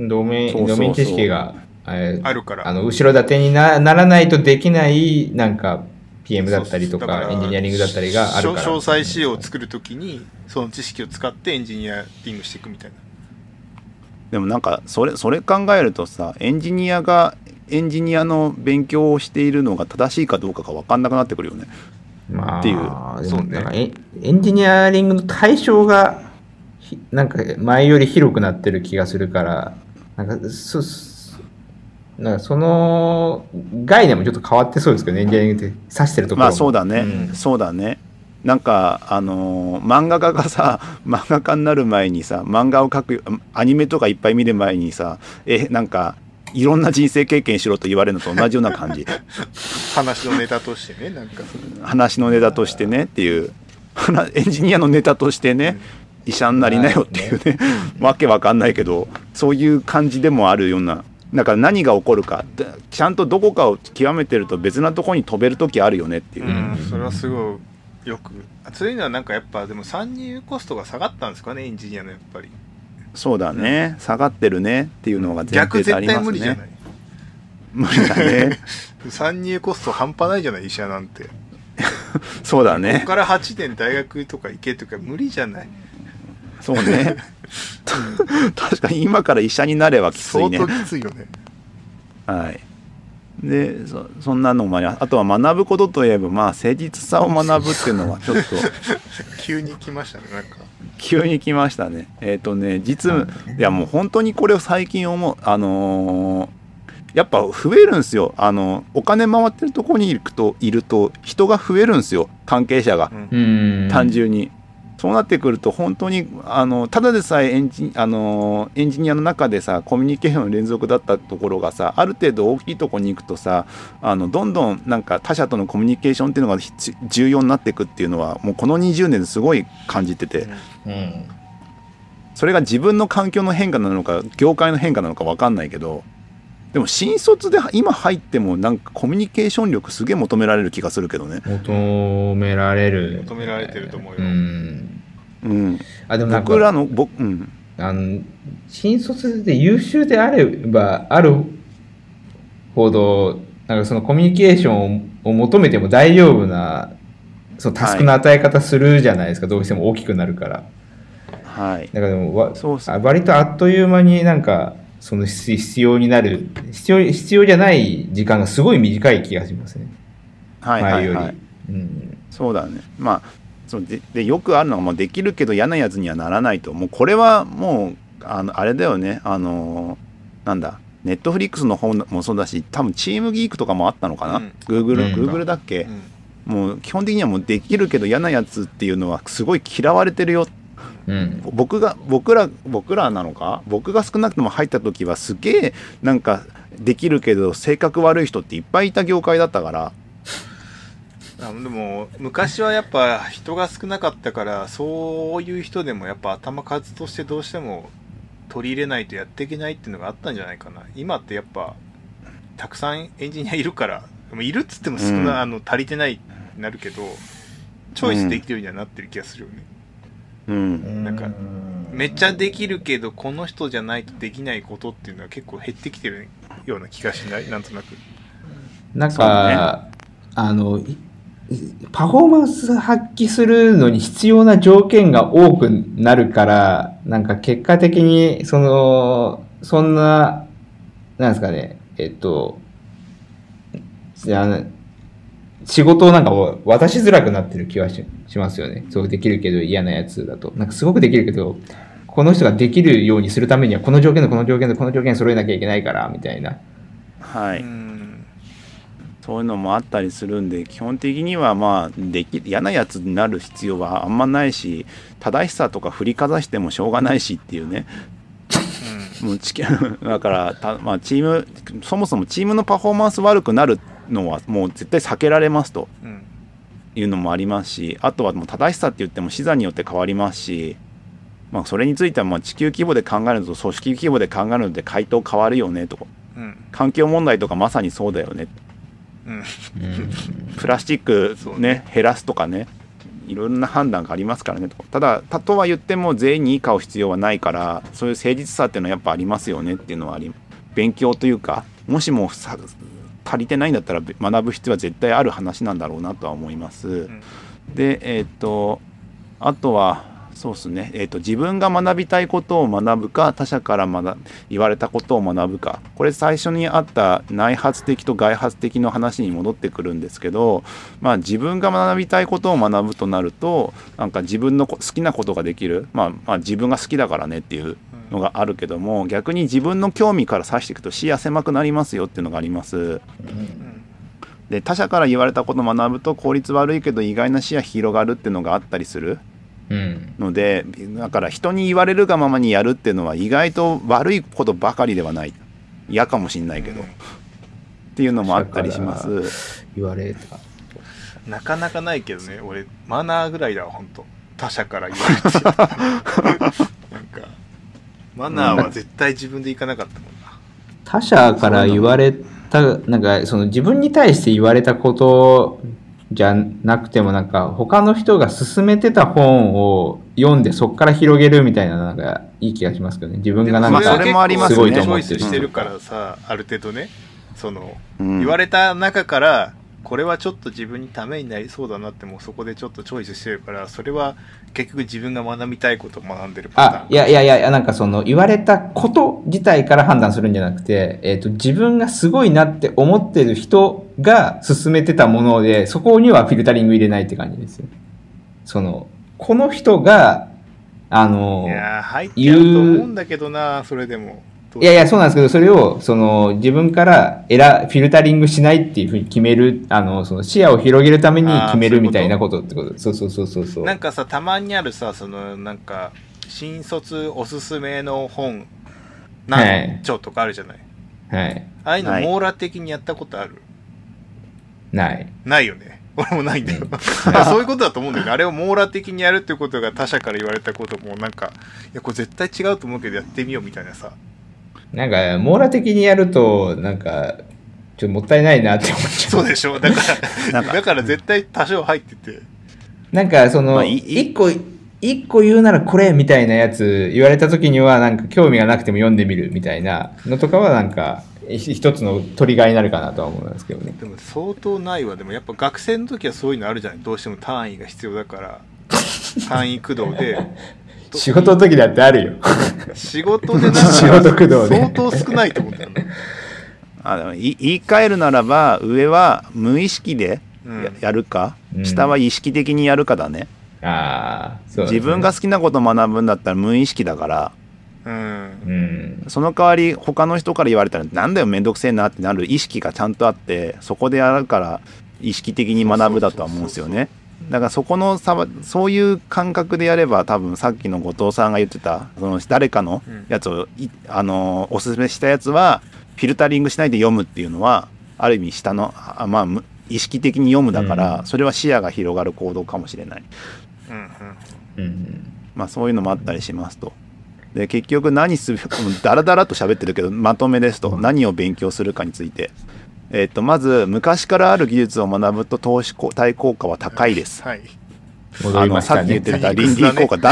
ドメイン知識があるから、 後ろ盾にならないとできないなんか PM だったりとかエンジニアリングだったりがあるから、 詳細仕様を作るときにその知識を使ってエンジニアリングしていくみたいな。 でもなんかそれ考えるとさ、エンジニアの勉強をしているのが正しいかどうかが分かんなくなってくるよね。っていう。 そうね。なんかエンジニアリングの対象がなんか前より広くなってる気がするから、なんかその概念もちょっと変わってそうですけどね、エンジニアリングって指してるところも。 まあそうだね、そうだね。なんか漫画家がさ、漫画家になる前にさ、漫画を描くアニメとかいっぱい見る前にさ、なんかいろんな人生経験しろと言われるのと同じような感じ。 話のネタとしてね、なんか話のネタとしてねっていう、エンジニアのネタとしてね、医者になりなよっていうね、わけわかんないけど、そういう感じでもあるような。だから何が起こるか、ちゃんとどこかを極めてると別なところに飛べる時あるよねっていう、 それはすごいよく。そういうのはなんかやっぱでも参入コストが下がったんですかね、エンジニアのやっぱり。 そうだね、下がってるねっていうのが前提でありますね。 逆絶対無理じゃない。 無理だね。 参入コスト半端ないじゃない、医者なんて。 そうだね。 ここから8年大学とか行けとか無理じゃない。 そうね。確かに今から医者になればきついね。 相当きついよね。 はい。でそんなのもあとは学ぶことといえば、まあ誠実さを学ぶっていうのはちょっと急に来ましたね。なんか急に来ましたね。実務、いやもう本当にこれを最近思う。やっぱ増えるんですよ。お金回ってるところにいると人が増えるんですよ、関係者が。単純にそうなってくると本当にただでさえエンジニアの中でさ、コミュニケーションの連続だったところがさ、ある程度大きいところに行くとさ、どんどんなんか他者とのコミュニケーションっていうのが重要になっていくっていうのはもうこの20年ですごい感じてて、それが自分の環境の変化なのか業界の変化なのか分かんないけど、でも新卒で今入ってもなんかコミュニケーション力すげえ求められる気がするけどね。 求められてると思うよ。 でもなんか僕らの新卒で優秀であればあるほど、なんかそのコミュニケーションを求めても大丈夫なそのタスクの与え方するじゃないですか、どうしても大きくなるから。 はい。 だからでも割とあっという間になんかその必要になる必要じゃない時間がすごい短い気がしますね。 はいはいはい。 前より。 そうだね。まあそうでよくあるのがもうできるけど嫌なやつにはならないと。もうこれはもうあれだよね。なんだネットフリックスの本もそうだし、多分チームギークとかもあったのかな、Google だっけ、もう基本的にはもうできるけど嫌なやつっていうのはすごい嫌われてるよ。僕らなのか、僕が少なくとも入った時はすげえなんかできるけど性格悪い人っていっぱいいた業界だったから。 でも昔はやっぱ人が少なかったから、そういう人でもやっぱ頭数としてどうしても取り入れないとやっていけないっていうのがあったんじゃないかな。今ってやっぱたくさんエンジニアいるから、いるっつっても少な、足りてないになるけど、チョイスできるようにはなってる気がするよね。なんかめっちゃできるけどこの人じゃないとできないことっていうのは結構減ってきてるような気がしない？なんとなく。 なんか、ね、パフォーマンス発揮するのに必要な条件が多くなるから、なんか結果的にそんななんですかね、仕事をなんか渡しづらくなってる気はしますよね。そうできるけど嫌なやつだと、なんかすごくできるけど、この人ができるようにするためにはこの条件でこの条件でこの条件揃えなきゃいけないからみたいな。 はい。そういうのもあったりするんで、基本的にはまあ嫌なやつになる必要はあんまないし、正しさとか振りかざしてもしょうがないしっていうね。もうだからまあチーム、そもそもチームのパフォーマンス悪くなるのはもう絶対避けられますというのもありますし、あとはもう正しさって言っても視座によって変わりますし、まあ、それについてはまあ地球規模で考えるのと組織規模で考えるので回答変わるよねとか、環境問題とかまさにそうだよね、プラスチックね減らすとかね、いろんな判断がありますからねと。ただとは言っても全員にいい顔必要はないから、そういう誠実さっていうのはやっぱありますよねっていうのは勉強というか、もしも足りてないんだったら学ぶ必要は絶対ある話なんだろうなとは思います。であとはそうですね、自分が学びたいことを学ぶか、他者から言われたことを学ぶか、これ最初にあった内発的と外発的の話に戻ってくるんですけど、まあ、自分が学びたいことを学ぶとなると、なんか自分の好きなことができる、まあ自分が好きだからねっていうのがあるけども、逆に自分の興味から指していくと視野狭くなりますよっていうのがあります。で他者から言われたことを学ぶと効率悪いけど意外な視野広がるっていうのがあったりするので、だから人に言われるがままにやるっていうのは意外と悪いことばかりではない。嫌かもしんないけど、っていうのもあったりします。 言われたなかなかないけどね。俺マナーぐらいだわ、本当。他者から言われてなんかマナーは絶対自分でいかなかったもんな。 他者から言われた、なんかその自分に対して言われたことじゃなくても、なんか他の人が勧めてた本を読んでそこから広げるみたいな、なんかいい気がしますけどね。自分がなんかすごいと思ってる。 チョイスしてるからさ、ある程度ね、その、言われた中からこれはちょっと自分にためになりそうだなって、もうそこでちょっとチョイスしてるから、それは結局自分が学びたいことを学んでるパターン。 いや、なんかその言われたこと自体から判断するんじゃなくて、自分がすごいなって思ってる人が勧めてたもので、そこにはフィルタリング入れないって感じですよ。そのこの人がいや入ってると思うんだけどな、それでも。 いやそうなんですけど、それをその自分からフィルタリングしないっていうふうに決める、その視野を広げるために決めるみたいなことってこと。そう。 なんかさ、たまにあるさ、そのなんか新卒おすすめの本何著とかあるじゃない。 はい。 ああいうの網羅的にやったことある？ ないよね。俺もないんだよ。そういうことだと思うんだよね。あれを網羅的にやるっていうことが他者から言われたことも、なんかいやこれ絶対違うと思うけどやってみようみたいなさ。 なんか網羅的にやるとなんかちょっともったいないなって思っちゃう。 そうでしょ。だから絶対多少入ってて、 なんかその一個言うならこれみたいなやつ言われた時にはなんか興味がなくても読んでみるみたいなのとかはなんか一つのトリガーになるかなとは思うんですけどね。 でも相当ないわ。でもやっぱ学生の時はそういうのあるじゃない。どうしても単位が必要だから単位駆動で仕事の時だってあるよ。 仕事でなんか相当少ないと思ったんだ。 でも言い換えるならば、上は無意識でやるか、下は意識的にやるかだね。 そうですね、 自分が好きなことを学ぶんだったら無意識だから、その代わり他の人から言われたらなんだよめんどくせえなってなる意識がちゃんとあって、そこでやるから意識的に学ぶだとは思うんですよね。だからそこの差は、そういう感覚でやれば多分さっきの後藤さんが言ってたその誰かのやつを、おすすめしたやつはフィルタリングしないで読むっていうのはある意味下の意識的に読むだから、それは視野が広がる行動かもしれない。そういうのもあったりしますと。で結局何するダラダラと喋ってるけどまとめですと、何を勉強するかについて、まず昔からある技術を学ぶと投資対効果は高いです、さっき言ってた倫理効果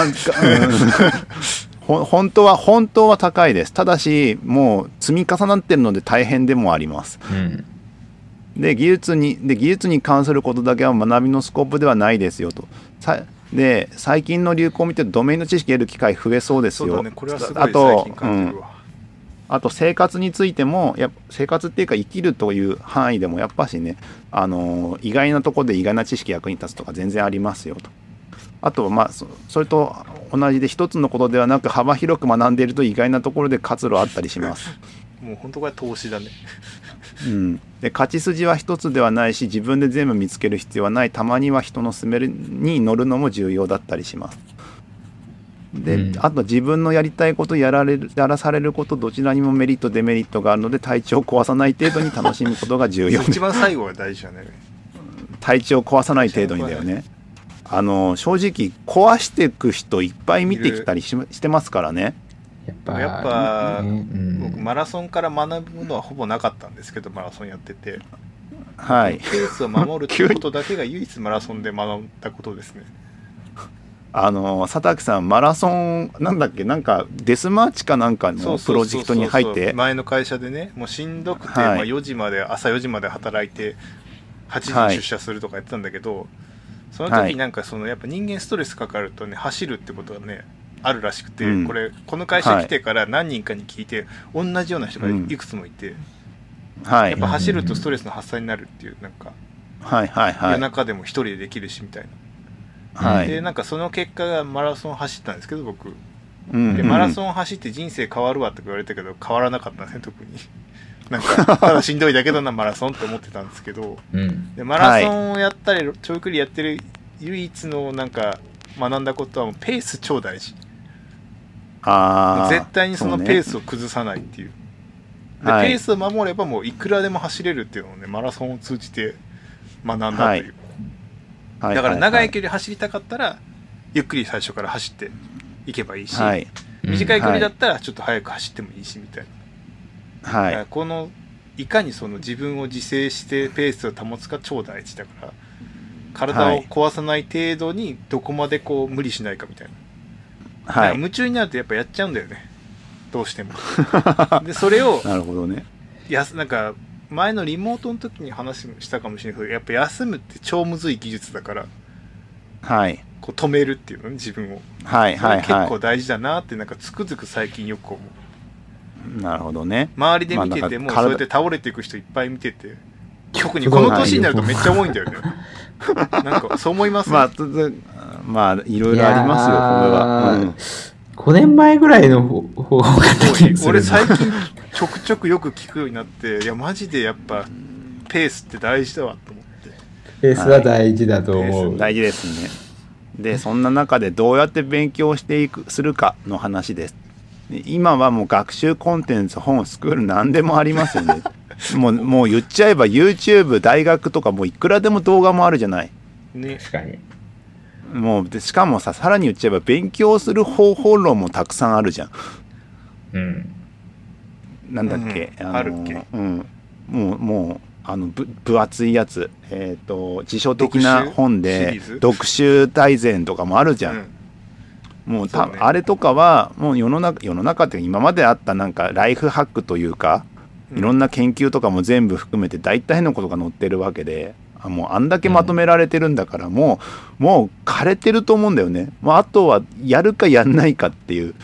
本当は高いです。ただしもう積み重なってるので大変でもあります、で技術に関することだけは学びのスコープではないですよと。で最近の流行を見てドメインの知識を得る機会増えそうですよ。あと生活についても生活っていうか生きるという範囲でもやっぱしね、意外なところで意外な知識役に立つとか全然ありますよと。あとそれと同じで一つのことではなく幅広く学んでいると意外なところで活路あったりしますもう本当これ投資だねで勝ち筋は一つではないし自分で全部見つける必要はない。たまには人の勧めに乗るのも重要だったりします。で、あと自分のやりたいことやらされることどちらにもメリットデメリットがあるので体調を壊さない程度に楽しむことが重要一番最後が大事だね体調を壊さない程度にだよね。正直壊していく人いっぱい見てきたりしてますからね。 やっぱ、僕マラソンから学ぶのはほぼなかったんですけど、マラソンやってて、ペースを守るってことだけが唯一マラソンで学んだことですね。 佐竹さんマラソンなんだっけ、なんかデスマーチかなんかのプロジェクトに入って前の会社でね、もうしんどくて、朝4時まで働いて8時に出社するとかやってたんだけど、その時なんかやっぱ人間ストレスかかるとね、走るってことがねあるらしくて、この会社来てから何人かに聞いて、同じような人がいくつもいて、やっぱ走るとストレスの発散になるっていう、なんか、夜中でも一人でできるしみたいな、でなんかその結果がマラソン走ったんですけど僕、でマラソン走って人生変わるわって言われたけど変わらなかったんですね特になんかただしんどいだけだなマラソンって思ってたんですけど、でマラソンをやったり長距離やってる唯一のなんか学んだことはもうペース超大事。絶対にそのペースを崩さないっていう、でペースを守ればもういくらでも走れるっていうのをねマラソンを通じて学んだという、だから長い距離走りたかったらゆっくり最初から走っていけばいいし、短い距離だったらちょっと早く走ってもいいしみたいな、だからこのいかにその自分を自制してペースを保つか超大事だから、体を壊さない程度にどこまでこう無理しないかみたいな、夢中になるとやっぱやっちゃうんだよねどうしてもでそれをなるほどね、 なんか前のリモートの時に話したかもしれないけど、やっぱ休むって超むずい技術だから、こう止めるっていうのね自分を、それ結構大事だなってなんかつくづく最近よく思う。なるほどね。 周りで見ててもそうやって倒れていく人いっぱい見てて、特にこの年になるとめっちゃ多いんだよねなんかそう思います？ まあいろいろありますよこれは、 5年前ぐらいの方が俺最近ちょくちょくよく聞くようになって、いやマジでやっぱペースって大事だわと思って。 ペースは大事だと思う、 大事ですね。でそんな中でどうやって勉強してするかの話です。今はもう学習コンテンツ、本、スクール何でもありますよねもう言っちゃえば YouTube 大学とかもういくらでも動画もあるじゃない、 確かに。 もうでしかもさらに言っちゃえば勉強する方法論もたくさんあるじゃん。なんだっけ、 あるっけ、 もう分厚いやつ、辞書的な本で読書大全とかもあるじゃん、もうあれとかはもう世の中って今まであったなんかライフハックというか、いろんな研究とかも全部含めて大体のことが載ってるわけで、もうあんだけまとめられてるんだから、もう枯れてると思うんだよね。あとはやるかやんないかっていう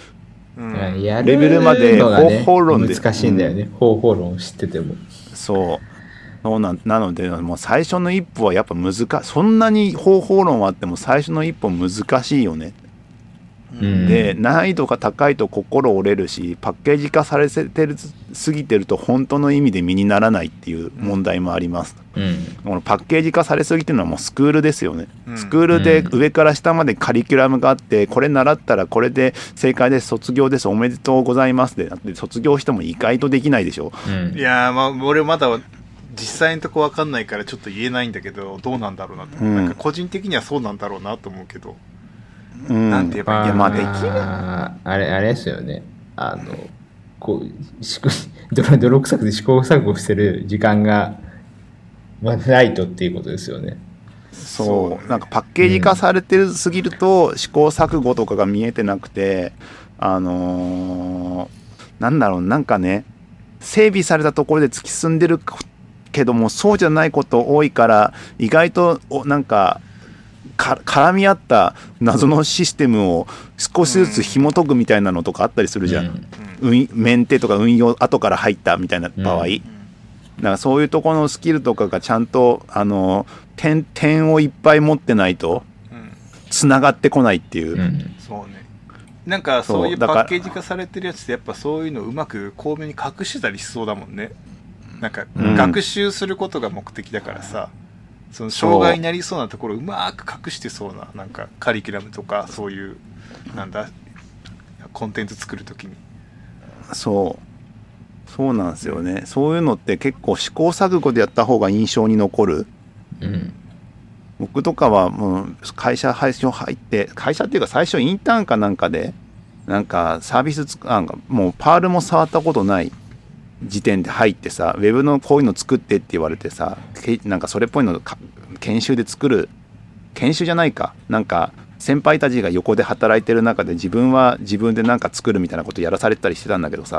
レベルまで方法論で難しいんだよね、方法論知ってても。 そうなのでもう最初の一歩はやっぱそんなに方法論はあっても最初の一歩難しいよね。で難易度が高いと心折れるし、パッケージ化されてるすぎてると本当の意味で身にならないっていう問題もあります、このパッケージ化されすぎてるのはもうスクールですよね、スクールで上から下までカリキュラムがあって、これ習ったらこれで正解です、卒業です、おめでとうございますで卒業しても意外とできないでしょ、 いやまあ俺まだ実際のとこ分かんないからちょっと言えないんだけど、どうなんだろうなと、なんか個人的にはそうなんだろうなと思うけど、なんて言えばいいんだろう。いやまあできる。 あれですよね。こう泥臭くて試行錯誤してる時間が、ないとっていうことですよね。 そうなんかパッケージ化されてすぎると試行錯誤とかが見えてなくて、なんだろう、なんかね、整備されたところで突き進んでるけどもそうじゃないこと多いから、意外となんか絡み合った謎のシステムを少しずつ紐解くみたいなのとかあったりするじゃん、メンテとか運用後から入ったみたいな場合、だからそういうところのスキルとかがちゃんと点をいっぱい持ってないとつながってこないっていう、 そうね、なんかそういうパッケージ化されてるやつってやっぱそういうのをうまく巧妙に隠してたりしそうだもんね。なんか学習することが目的だからさ、その障害になりそうなところをうまく隠してそうな、なんかカリキュラムとかそういうなんだコンテンツ作るときにそうなんですよね。そういうのって結構試行錯誤でやった方が印象に残る、僕とかはもう会社入って会社っていうか最初インターンかなんかでなんかサービスなんかもうパールも触ったことない時点で入ってさ、ウェブのこういうの作ってって言われてさ、なんかそれっぽいの研修で作る、研修じゃないか、なんか先輩たちが横で働いてる中で自分は自分でなんか作るみたいなことやらされたりしてたんだけどさ、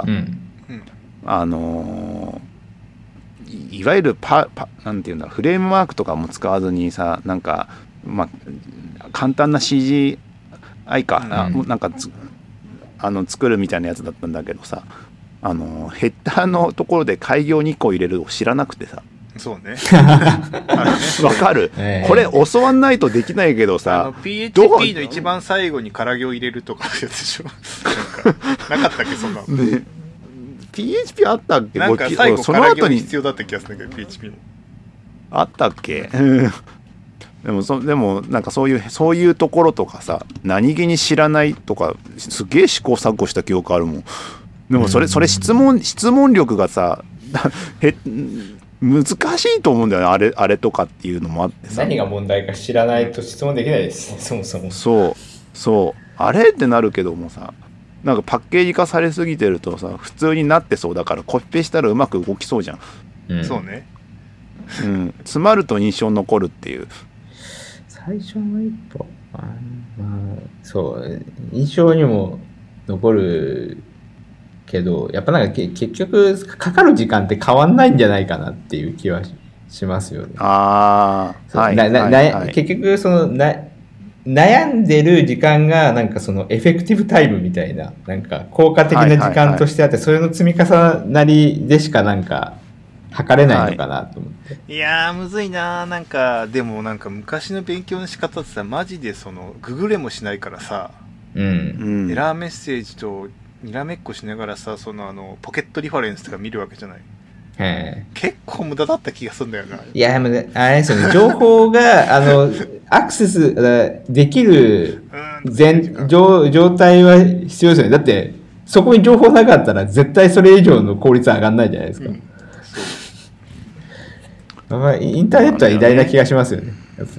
いわゆるなんていうんだろう、フレームワークとかも使わずにさ、なんか簡単な CGI か、なんか作るみたいなやつだったんだけどさ、ヘッダーのところで開業2個入れるを知らなくてさ、 そうねわかる、これ教わんないとできないけどさ、 PHP の一番最後に空行入れるとかいうやつでしょなんかなかったっけそんなの、ね、 PHP あったっけ、 なんか最後空行に必要だった気がするんだけど PHP もあったっけでもなんかそういうところとかさ、何気に知らないとかすげえ試行錯誤した記憶あるもん。でもそれ質問力がさ難しいと思うんだよね、あれとかっていうのもあってさ、 何が問題か知らないと質問できないですね、そもそも。 そうあれってなるけどもさ、なんかパッケージ化されすぎてるとさ普通になってそうだからコピペしたらうまく動きそうじゃん、 そうね、 詰まると印象に残るっていう。 最初の一歩、そう印象にも残るけど、やっぱなんか結局かかる時間って変わんないんじゃないかなっていう気はしますよね。結局その悩んでる時間がなんかそのエフェクティブタイムみたいな、なんか効果的な時間としてあって、それの積み重なりでしかなんか測れないのかなと思って、 いやーむずいな。なんかでもなんか昔の勉強の仕方ってさ、マジでそのググれもしないからさ、エラーメッセージとにらめっこしながらさ、そのポケットリファレンスとか見るわけじゃない。結構無駄だった気がするんだよな。 いや、あれですよね、情報がアクセスできる状態は必要ですよね。だってそこに情報なかったら絶対それ以上の効率上がんないじゃないですか。インターネットは偉大な気がしますよね。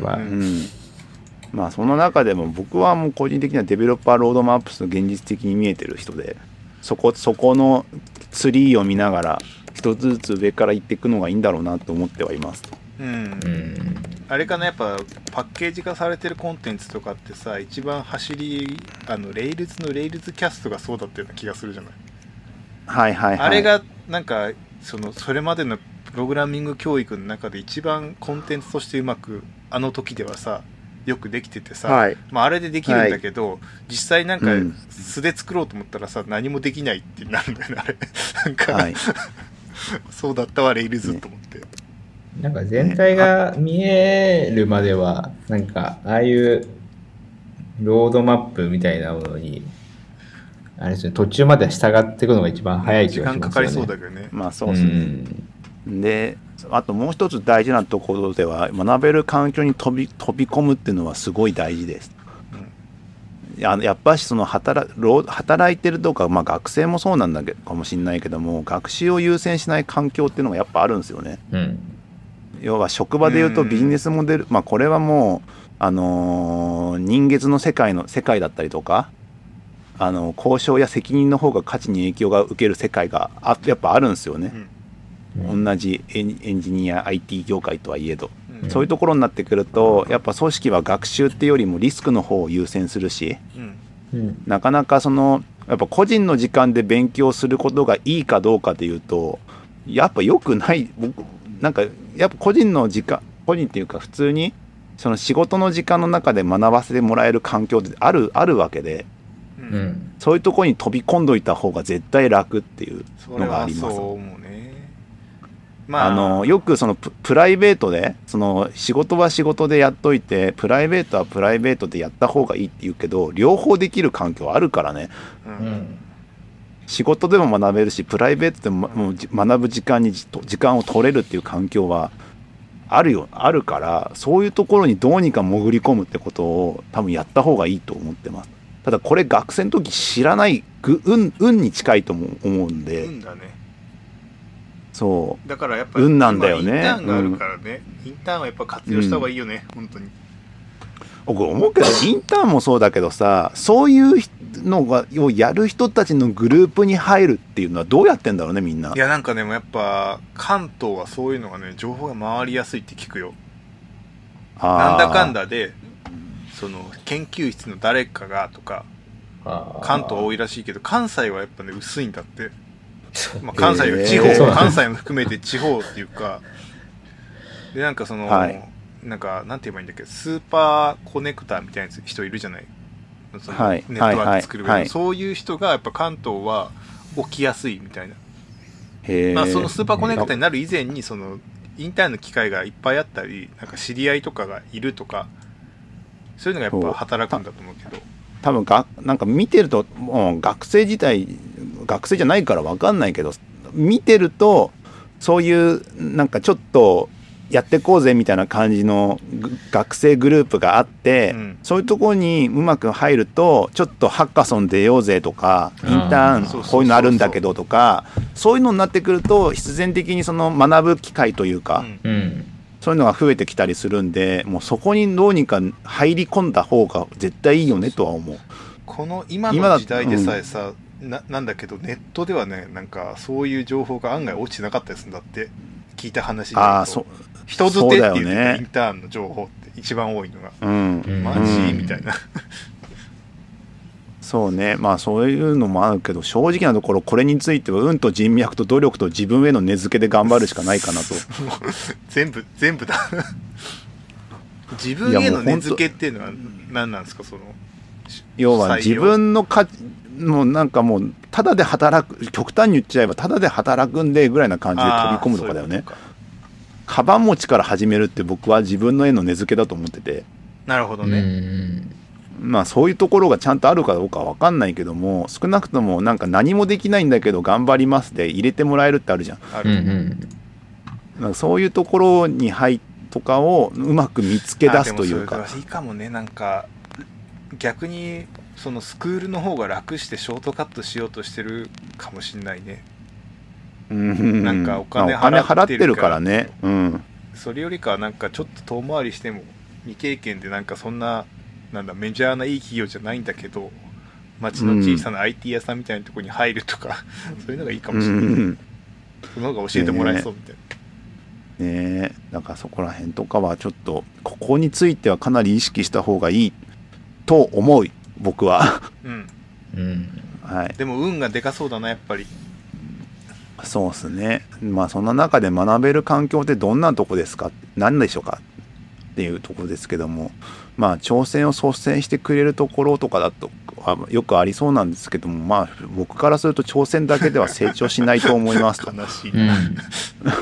その中でも僕はもう個人的にはデベロッパーロードマップスの現実的に見えてる人で、そこのツリーを見ながら一つずつ上から行っていくのがいいんだろうなと思ってはいます。 あれかな、やっぱパッケージ化されてるコンテンツとかってさ、一番レイルズのレイルズキャストがそうだったような気がするじゃない。あれがなんかそれまでのプログラミング教育の中で一番コンテンツとしてうまくあの時ではさよくできててさ、あれでできるんだけど、実際なんか素で作ろうと思ったらさ、何もできないってなるんだよね、あれなんか、そうだったわレイルズと思って、 なんか全体が見えるまでは、なんかああいうロードマップみたいなものにあれですね、途中まで従っていくのが一番早い気がしますよね。 時間かかりそうだけどね。 まあそうですね。で、あともう一つ大事なところでは、学べる環境に飛び込むっていうのはすごい大事です。やっぱしその働いてるとか、まあ、学生もそうなんだかもしれないけども、学習を優先しない環境っていうのがやっぱあるんですよね。要は職場でいうとビジネスモデル、まあ、これはもう、人月の世界だったりとか、交渉や責任の方が価値に影響が受ける世界がやっぱあるんですよね。同じエンジニア IT 業界とはいえど、そういうところになってくるとやっぱ組織は学習っていうよりもリスクの方を優先するし、なかなかやっぱ個人の時間で勉強することがいいかどうかでいうとやっぱ良くない。なんかやっぱ個人っていうか普通にその仕事の時間の中で学ばせてもらえる環境ってあるわけで、そういうところに飛び込んどいた方が絶対楽っていうのがあります。よくそのプライベートで仕事は仕事でやっといてプライベートはプライベートでやった方がいいって言うけど、両方できる環境あるからね。仕事でも学べるしプライベートでも学ぶ時間を取れるっていう環境はあるから、そういうところにどうにか潜り込むってことを多分やった方がいいと思ってます。ただこれ学生の時知らない運に近いと思うんで。 運だね。 そうだからやっぱり運なんだよね。 インターンがあるからね、インターンはやっぱ活用した方がいいよね、本当に。 僕思うけどインターンもそうだけどさ、そういうのをやる人たちのグループに入るっていうのはどうやってんだろうね、みんな。 いやなんかでもやっぱ関東はそういうのがね、情報が回りやすいって聞くよ。なんだかんだでその研究室の誰かがとか関東多いらしいけど、関西はやっぱね薄いんだって。まあ、関西は地方、関西も含めて地方っていうかで、なんかなんかなんて言えばいいんだっけ、スーパーコネクターみたいな人いるじゃない、ネットワーク作る上で、そういう人がやっぱ関東は起きやすいみたいな。まあ、そのスーパーコネクターになる以前にそのインターンの機会がいっぱいあったり、なんか知り合いとかがいるとか、そういうのがやっぱ働くんだと思うけど、 多分なんか見てるともう学生じゃないから分かんないけど、見てるとそういうなんかちょっとやってこうぜみたいな感じの学生グループがあって、そういうところにうまく入るとちょっとハッカソン出ようぜとか、インターンこういうのあるんだけどとか、そういうのになってくると必然的にその学ぶ機会というか、そういうのが増えてきたりするんで、もうそこにどうにか入り込んだ方が絶対いいよねとは思う。 この今の時代でさえさ、なんだけどネットではね、なんかそういう情報が案外落ちてなかったりするんだって。聞いた話によると、人づてっていうインターンの情報って一番多いのが、マジみたいな。 そうね、まあそういうのもあるけど、正直なところこれについては運と人脈と努力と自分への根付けで頑張るしかないかなと。 全部だ。自分への根付けっていうのは何なんですか、その要は自分のもうなんかもうただで働く、極端に言っちゃえばただで働くんでぐらいな感じで飛び込むとかだよね。カバン持ちから始めるって僕は自分の絵の根付けだと思ってて。 なるほどね。 まあそういうところがちゃんとあるかどうかは分かんないけども、少なくともなんか何もできないんだけど頑張りますで入れてもらえるってあるじゃん。なんかそういうところにとかをうまく見つけ出すというか。 いいかもね。なんか逆にそのスクールの方が楽してショートカットしようとしてるかもしれないね。なんかお金払ってるからね。それよりかはなんかちょっと遠回りしても未経験でなんかそんなメジャーないい企業じゃないんだけど、町の小さな IT 屋さんみたいなところに入るとか、そういうのがいいかもしれない。その方が教えてもらえそうみたいな。 ねえ、だからそこら辺とかはちょっとここについてはかなり意識した方がいいと思う、僕は。 はい。でも運がでかそうだな、やっぱり。 そうですね。まあそんな中で学べる環境ってどんなとこですか、何でしょうかっていうところですけども、まあ挑戦を率先してくれるところとかだとよくありそうなんですけども、まあ僕からすると挑戦だけでは成長しないと思いますと。 悲しいな。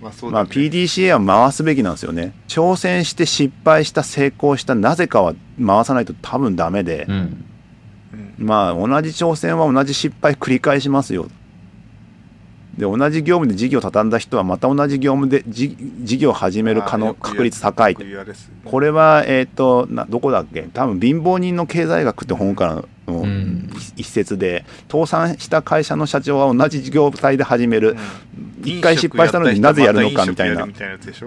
まあそうだね。 PDCA は回すべきなんですよね。挑戦して失敗した成功したなぜかは回さないと多分ダメで、まあ同じ挑戦は同じ失敗繰り返しますよ。で同じ業務で事業を畳んだ人はまた同じ業務で事業を始める確率高い。これはどこだっけ、多分貧乏人の経済学って本からの一節で、倒産した会社の社長は同じ事業体で始める、一回失敗したのになぜやるのかみたいな、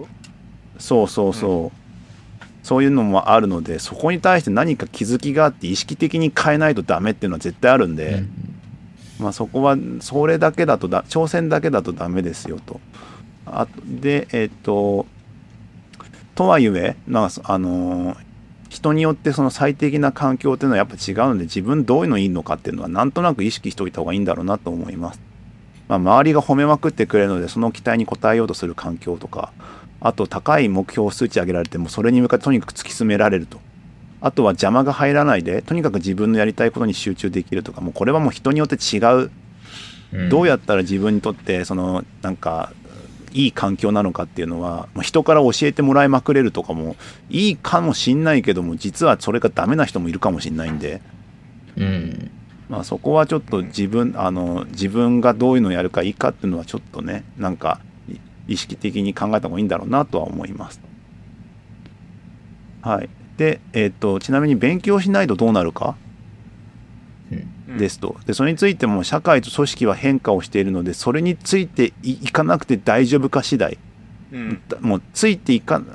そういうのもあるので、そこに対して何か気づきがあって意識的に変えないとダメっていうのは絶対あるんで、まあそこはそれだけだと挑戦だけだとダメですよと。でとはいえ人によってその最適な環境っていうのはやっぱ違うので、自分どういうのいいのかっていうのはなんとなく意識しておいた方がいいんだろうなと思います。周りが褒めまくってくれるのでその期待に応えようとする環境とか、あと高い目標数値上げられてもそれに向かってとにかく突き詰められると、あとは邪魔が入らないでとにかく自分のやりたいことに集中できるとか、もうこれはもう人によって違う、どうやったら自分にとってそのなんかいい環境なのかっていうのは人から教えてもらいまくれるとかもいいかもしんないけども、実はそれがダメな人もいるかもしんないんで、そこはちょっと自分がどういうのをやるかいいかっていうのはちょっとね、なんか意識的に考えた方がいいんだろうなとは思います。はい。で、ちなみに勉強しないとどうなるか、ですと。でそれについても社会と組織は変化をしているので、それについていかなくて大丈夫か次第、もうついていか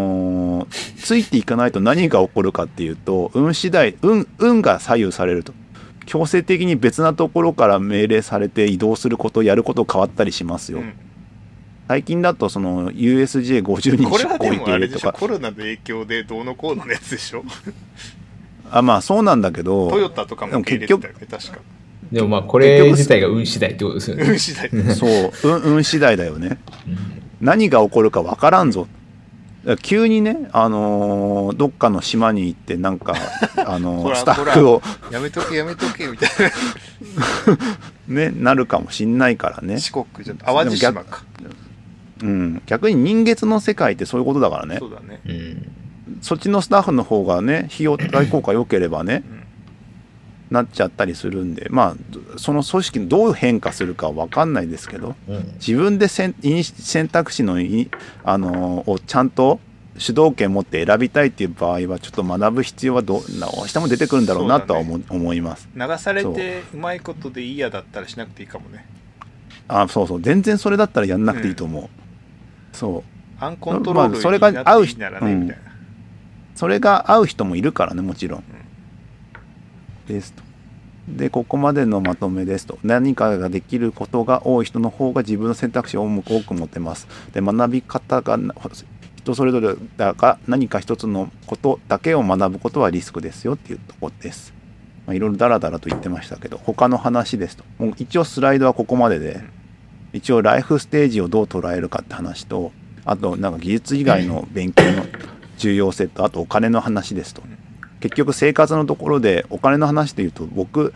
ないと何が起こるかっていうと、運次第、運が左右されると。強制的に別なところから命令されて移動すること、やること変わったりしますよ。最近だとその USJ50 人出向受け入れとか、 コロナの影響でどうのこうのやつでしょまあそうなんだけど、 トヨタとかも受け入れてたよね、確か。 でもまあこれ自体が運次第ってことですよね。 運次第そう運次第だよね。何が起こるか分からんぞ。急にね、どっかの島に行ってなんかスタッフをやめとけみたいなね、なるかもしんないからね。 四国じゃ淡路島か。 逆に人月の世界ってそういうことだからね。 そうだね。 そっちのスタッフの方がね、費用対効果良ければね、なっちゃったりするんで、まあその組織にどう変化するかは分かんないですけど、自分で選択肢のをちゃんと主導権持って選びたいっていう場合は、ちょっと学ぶ必要はどうしても出てくるんだろうなとは思います。 流されてうまいことでいいやだったらしなくていいかもね。 そう全然それだったらやんなくていいと思う。そうアンコントロールになっていいならねみたいな。 それが合う人もいるからね、もちろん。ですと。でここまでのまとめですと。何かができることが多い人の方が自分の選択肢を多く持てます。で学び方が人それぞれだが、何か一つのことだけを学ぶことはリスクですよっていうところです。いろいろダラダラと言ってましたけど、他の話ですと。もう一応スライドはここまでで、一応ライフステージをどう捉えるかって話と、あとなんか技術以外の勉強の重要性と、あとお金の話ですと。結局生活のところでお金の話でいうと、僕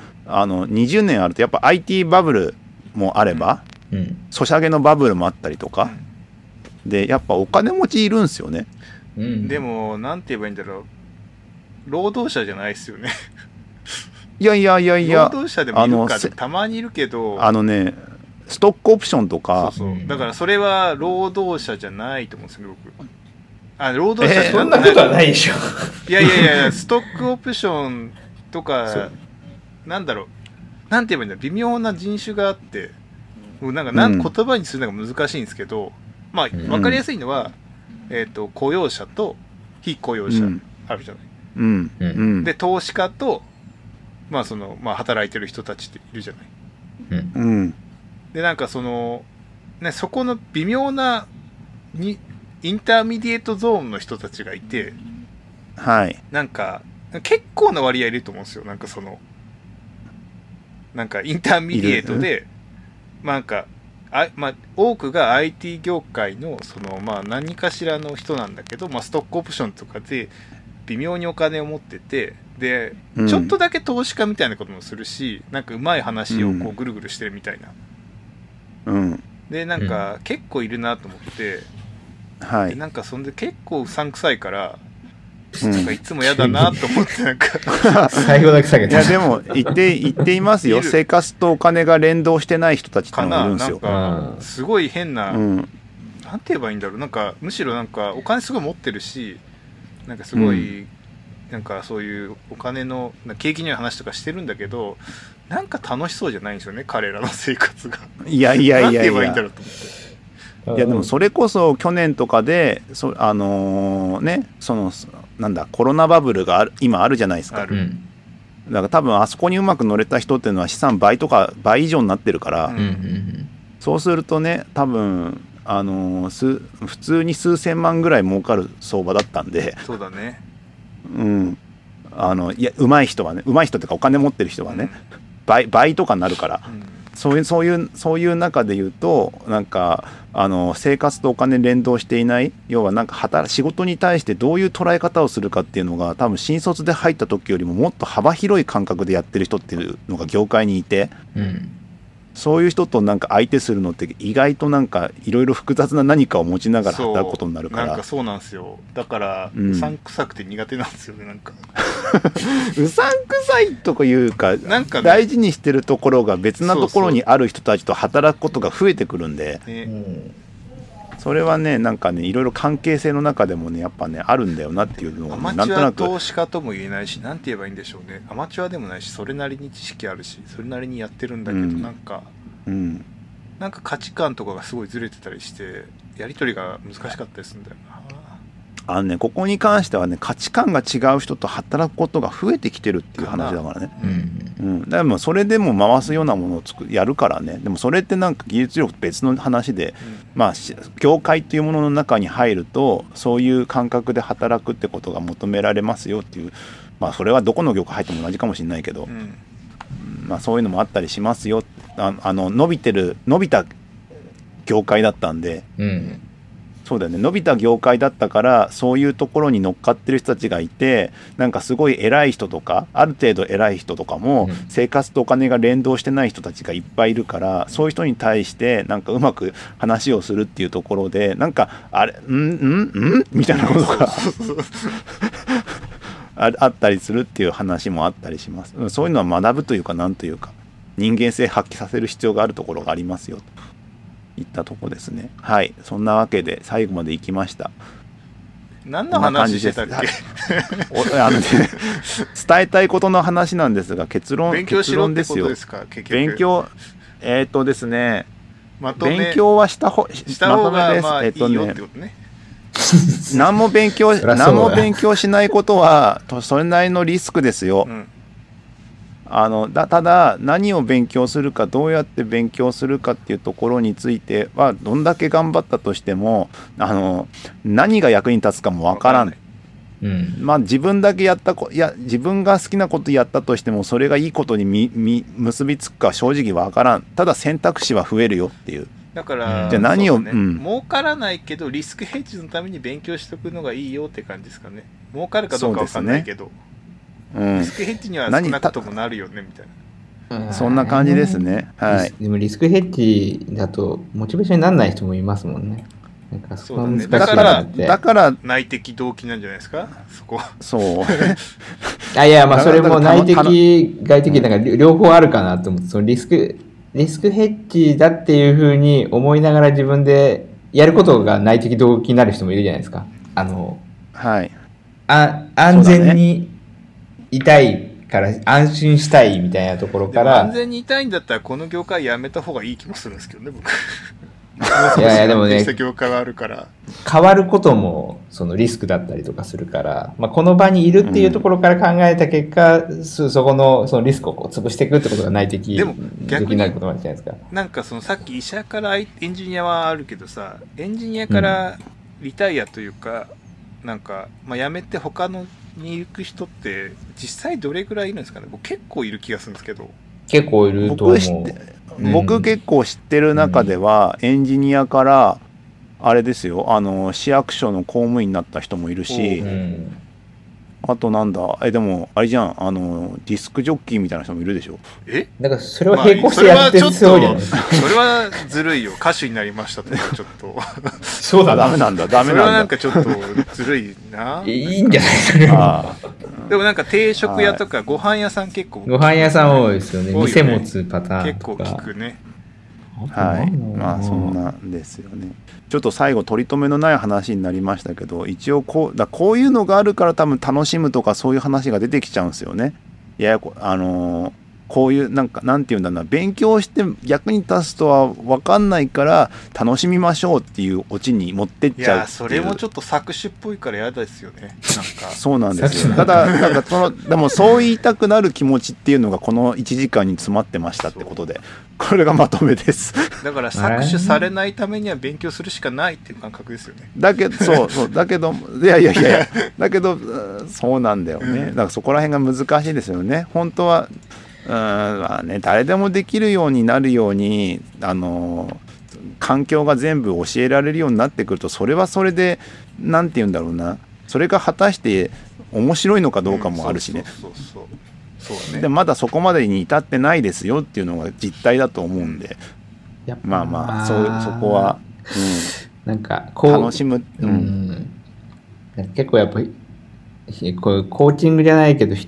20年あるとやっぱ IT バブルもあれば、ソシャゲのバブルもあったりとか、でやっぱお金持ちいるんですよね。 でもなんて言えばいいんだろう、労働者じゃないですよね。 いや労働者でもいるかってたまにいるけど、 ストックオプションとか、 だからそれは労働者じゃないと思うんですよね、僕。労働者そんなことはないでしょ。 いやストックオプションとか、なんだろう、なんて言えばいいんだろう、微妙な人種があって、もうなんか言葉にするのが難しいんですけど、まあ分かりやすいのは、雇用者と非雇用者あるじゃない。で投資家と働いてる人たちっているじゃない。でなんかそこの微妙なインターミディエートゾーンの人たちがいて、なんか結構な割合いると思うんですよ。なんかインターミディエートで、多くが IT 業界の何かしらの人なんだけど、ストックオプションとかで微妙にお金を持ってて、で、ちょっとだけ投資家みたいなこともするし、なんかうまい話をこうぐるぐるしてるみたいな。 でなんか結構いるなと思って、 はい、 でなんかそんで結構うさんくさいから、なんかいつも嫌だなと思ってなんか最後だけ下げた。 いやでも言っていますよ。生活とお金が連動してない人たちってのがいるんですよ。 なんかすごい変な、なんて言えばいいんだろう、なんかむしろなんかお金すごい持ってるし、なんかすごい、なんかそういうお金の景気のいい話とかしてるんだけど、なんか楽しそうじゃないんですよね、彼らの生活が。 いやいやいやいや。 なんて言えばいいんだろうと思って。 いやでもそれこそ去年とかでなんだコロナバブルが今あるじゃないですか。だから多分あそこにうまく乗れた人っていうのは資産倍とか倍以上になってるから、そうするとね多分普通に数千万ぐらい儲かる相場だったんで。 そうだね。 いや上手い人はね、上手い人っていうかお金持ってる人はね、倍とかになるから。そういう中で言うとなんか生活とお金連動していない、要はなんか仕事に対してどういう捉え方をするかっていうのが多分新卒で入った時よりももっと幅広い感覚でやってる人っていうのが業界にいて、そういう人となんか相手するのって意外となんかいろいろ複雑な何かを持ちながら働くことになるから。 なんかそうなんですよ。だから、うさんくさくて苦手なんですよね。なんかうさんくさいとかいうか、なんかね、大事にしてるところが別なところにある人たちと働くことが増えてくるんで、それはねなんかねいろいろ関係性の中でもねやっぱねあるんだよなっていうのを、 アマチュア投資家とも言えないし、なんて言えばいいんでしょうね。アマチュアでもないし、それなりに知識あるし、それなりにやってるんだけど、なんか価値観とかがすごいずれてたりしてやり取りが難しかったりするんだよな。 ここに関してはね価値観が違う人と働くことが増えてきてるっていう話だからね。でもそれでも回すようなものをやるからね。でもそれってなんか技術力別の話で、業界というものの中に入るとそういう感覚で働くってことが求められますよっていう、それはどこの業界入っても同じかもしれないけど、そういうのもあったりしますよ。伸びた業界だったんで、そうだよね、伸びた業界だったからそういうところに乗っかってる人たちがいて、なんかすごい偉い人とかある程度偉い人とかも、生活とお金が連動してない人たちがいっぱいいるから、そういう人に対してなんかうまく話をするっていうところでなんかあれみたいなことがあったりするっていう話もあったりします。そういうのは学ぶというかなんというか人間性発揮させる必要があるところがありますよといったとこですね。はい、そんなわけで最後まで行きました。 何の話してたっけ？ 伝えたいことの話なんですが、結論ですよ。勉強ですね。勉強はした方がいいよってことね。何も勉強しないことはそれなりのリスクですよ。ただ何を勉強するかどうやって勉強するかっていうところについてはどんだけ頑張ったとしても何が役に立つかもわからん。自分だけ自分が好きなことやったとしてもそれがいいことに結びつくか正直わからん。ただ選択肢は増えるよっていう。 だからじゃあ何を、 儲からないけどリスクヘッジのために勉強しておくのがいいよって感じですかね。儲かるかどうかわかんないけど、リスクヘッジには少なくともなるよねみたいな。 そんな感じですね。はい。 でもリスクヘッジだとモチベーションにならない人もいますもんね。なんかそこは難しいなって。 だから内的動機なんじゃないですか。そこは。 そう。 いやそれも内的外的なんか両方あるかなと思って、そのリスクヘッジだっていう風に思いながら自分でやることが内的動機になる人もいるじゃないですか。 はい。 安全にいたいから安心したいみたいなところから。 安全にいたいんだったらこの業界やめた方がいい気もするんですけどね、僕。 いやでもね、 業界があるから変わることもそのリスクだったりとかするから、この場にいるっていうところから考えた結果、そこのそのリスクを潰していくってことが内的動機になることなんじゃないですか。 なんかそのさっき医者からエンジニアはあるけどさ、エンジニアからリタイアというか、なんか辞めて他のに行く人って実際どれぐらいいるんですかね。僕結構いる気がするんですけど。 結構いると思う。 僕結構知ってる中では、エンジニアからあれですよ、市役所の公務員になった人もいるし、 あとなんだでもあれじゃんディスクジョッキーみたいな人もいるでしょ。 だからそれは並行してやってそうじゃないですか。 それはずるいよ。歌手になりましたとかちょっとそうだダメなんだ。 それはなんかちょっとずるいな。 いいんじゃないですかね。 でもなんか定食屋とかご飯屋さん結構ご飯屋さん多いですよね。店持つパターンとか結構聞くね。 はいまあそんなんですよね。ちょっと最後取り留めのない話になりましたけど一応こういうのがあるから多分楽しむとかそういう話が出てきちゃうんですよね。こういうなんていうんだろうな勉強して役に立つとは分かんないから楽しみましょうっていうオチに持ってっちゃう。いやそれもちょっと作詞っぽいから嫌ですよね。なんかそうなんですよ。ただなんかでもそう言いたくなる気持ちっていうのがこの1時間に詰まってましたってことでこれがまとめです。 だから搾取されないためには勉強するしかないっていう感覚ですよね。 だけどそうだけどいやだけどそうなんだよね。だからそこら辺が難しいですよね。本当はまあね、誰でもできるようになるように環境が全部教えられるようになってくるとそれはそれでなんて言うんだろうなそれが果たして面白いのかどうかもあるしね。でまだそこまでに至ってないですよっていうのが実態だと思うんで、まあまあそこは、 なんか楽しむ、 結構やっぱりこういうコーチングじゃないけど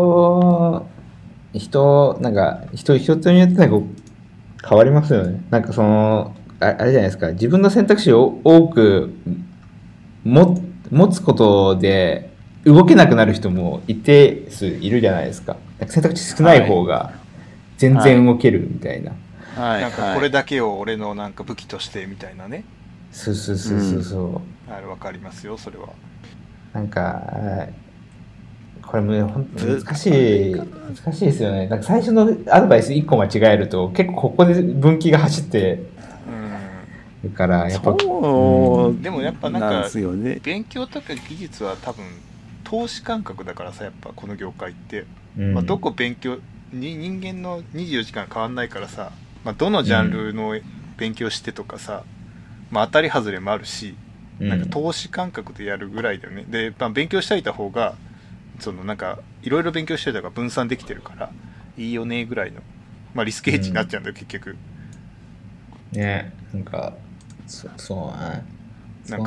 なんか人によってなんか変わりますよね。なんかあれじゃないですか自分の選択肢を多く持つことで動けなくなる人も一定数いるじゃないですか。なんか選択肢少ない方が全然動けるみたいな。 なんかこれだけを俺のなんか武器としてみたいなね。 そう。 あれ分かりますよそれは。 なんかこれも本当難しいですよね。なんか最初のアドバイス1個間違えると結構ここで分岐が走ってるからやっぱでもやっぱなんか勉強とか技術は多分投資感覚だからさやっぱこの業界って、まあ、どこ勉強に人間の24時間変わんないからさ、まあ、どのジャンルの勉強してとかさ、まあ、当たり外れもあるしなんか投資感覚でやるぐらいだよね。で、まあ、勉強しておいた方がなんかいろいろ勉強しておいた方が分散できてるからいいよねぐらいの、まあ、リスクヘッジになっちゃうんだよ、結局ね。なんかそうね。 なんか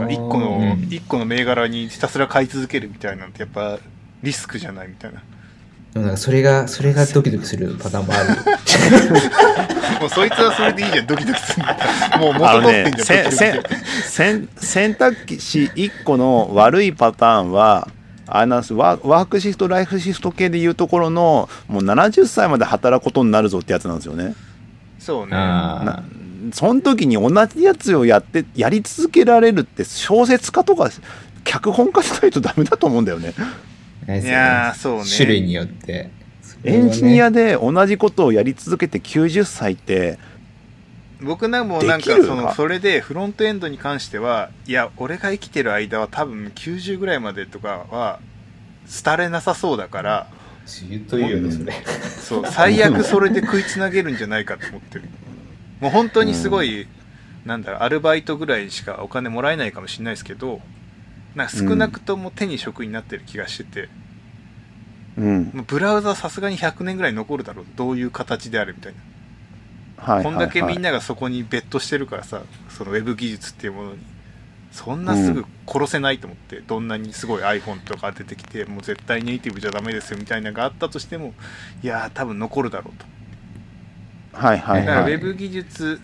1個の銘柄にひたすら買い続けるみたいなんてやっぱリスクじゃないみたいな。 でもなんかそれがドキドキするパターンもある。 もうそいつはそれでいいじゃんドキドキするんだったらもう元取ってんじゃん。 選択肢1個の悪いパターンはワークシフトライフシフト系でいうところのもう70歳まで働くことになるぞってやつなんですよね。 そうね。 その時に同じやつをやり続けられるって小説家とか脚本家じゃないとダメだと思うんだよね。 いやそうね。 種類によって、 エンジニアで同じことをやり続けて90歳って僕なんかもうなんかそれでフロントエンドに関してはいや俺が生きてる間は多分90ぐらいまでとかは廃れなさそうだから言うといいよねそれ。 そう最悪それで食いつなげるんじゃないかと思ってる。もう本当にすごい、なんだろうアルバイトぐらいしかお金もらえないかもしれないですけどなんか少なくとも手に職になってる気がしてて、ブラウザさすがに100年ぐらい残るだろうどういう形であるみたいな、こんだけみんながそこにベットしてるからさそのウェブ技術っていうものにそんなすぐ殺せないと思って、どんなにすごい iPhone とか出てきてもう絶対ネイティブじゃダメですよみたいなのがあったとしてもいや多分残るだろうと。だからウェブ技術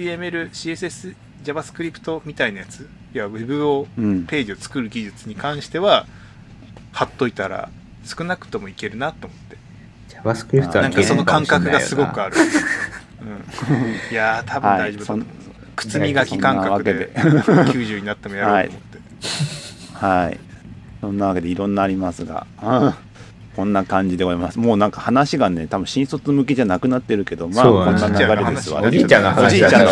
HTML、CSS、JavaScript みたいなやついやウェブをページを作る技術に関しては貼っといたら少なくともいけるなと思って JavaScript はなんかその感覚がすごくある、いや多分大丈夫だと思う。靴磨き感覚で90になってもやろうと思ってはいそんなわけでいろんなありますがこんな感じで終わります。もうなんか話がね多分新卒向きじゃなくなってるけどまあこんな流れですわ。 おじいちゃんの話になる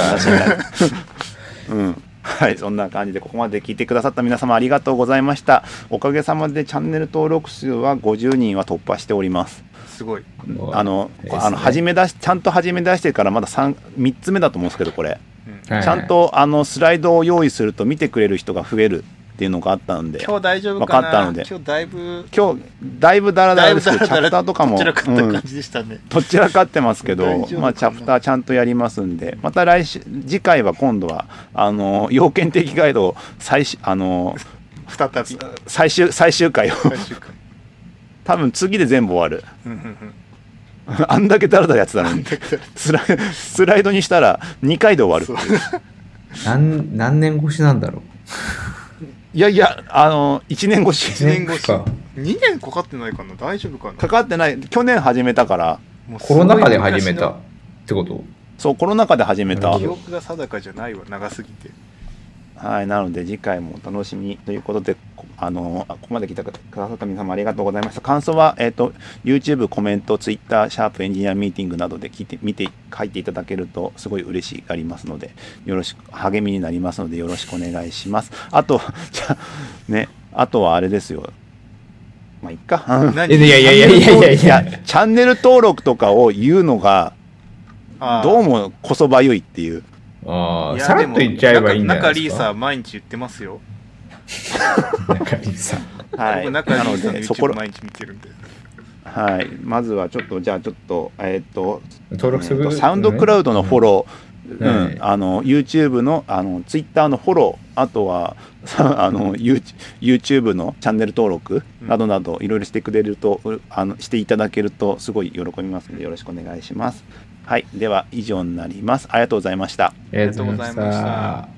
はい、そんな感じでここまで聞いてくださった皆様ありがとうございました。おかげさまでチャンネル登録数は50人は突破しております。 すごい。 ちゃんと始め出してからまだ3つ目だと思うんですけどこれ、ちゃんとスライドを用意すると見てくれる人が増えるっていうのがあったので、 今日大丈夫かな。 分かったので、 今日だいぶダラダラですけど、チャプターとかもどちらかった感じでしたね。 どちらかってますけど、まあチャプターちゃんとやりますんで、また次回は今度は要件的ガイド再び最終回を多分次で全部終わる。あんだけダラダラやってたのにスライドにしたら2回で終わるっていう何年越しなんだろう。 いや1年越し 1年越し2年かかってないかな。大丈夫かな。 かかってない。去年始めたから。 コロナ禍で始めたってこと。 そう、コロナ禍で始めた。 記憶が定かじゃないわ、長すぎて。 はい、なので次回もお楽しみということで、ここまで来てくださった皆様ありがとうございました。感想は、YouTube コメント、Twitter、シャープエンジニアミーティングなどで書いていただけるとすごい嬉しがりますので、よろしく、励みになりますのでよろしくお願いします。あと、あとはあれですよ。まあ、いっか。 いや、 チャンネル登録とかを言うのが、どうもこそばゆいっていう。 さらっと言っちゃえばいいんじゃないですか。 中リーサー毎日言ってますよ。 中リーサー。 はい。僕中リーサーの YouTube 毎日見てるんで。 はい。まずはちょっと登録する、 サウンドクラウドのフォロー、YouTube のTwitter のフォロー、あとはYouTube のチャンネル登録などなどいろいろしてくれるとしていただけるとすごい喜びますのでよろしくお願いします。はい。では以上になります。ありがとうございました。 ありがとうございました。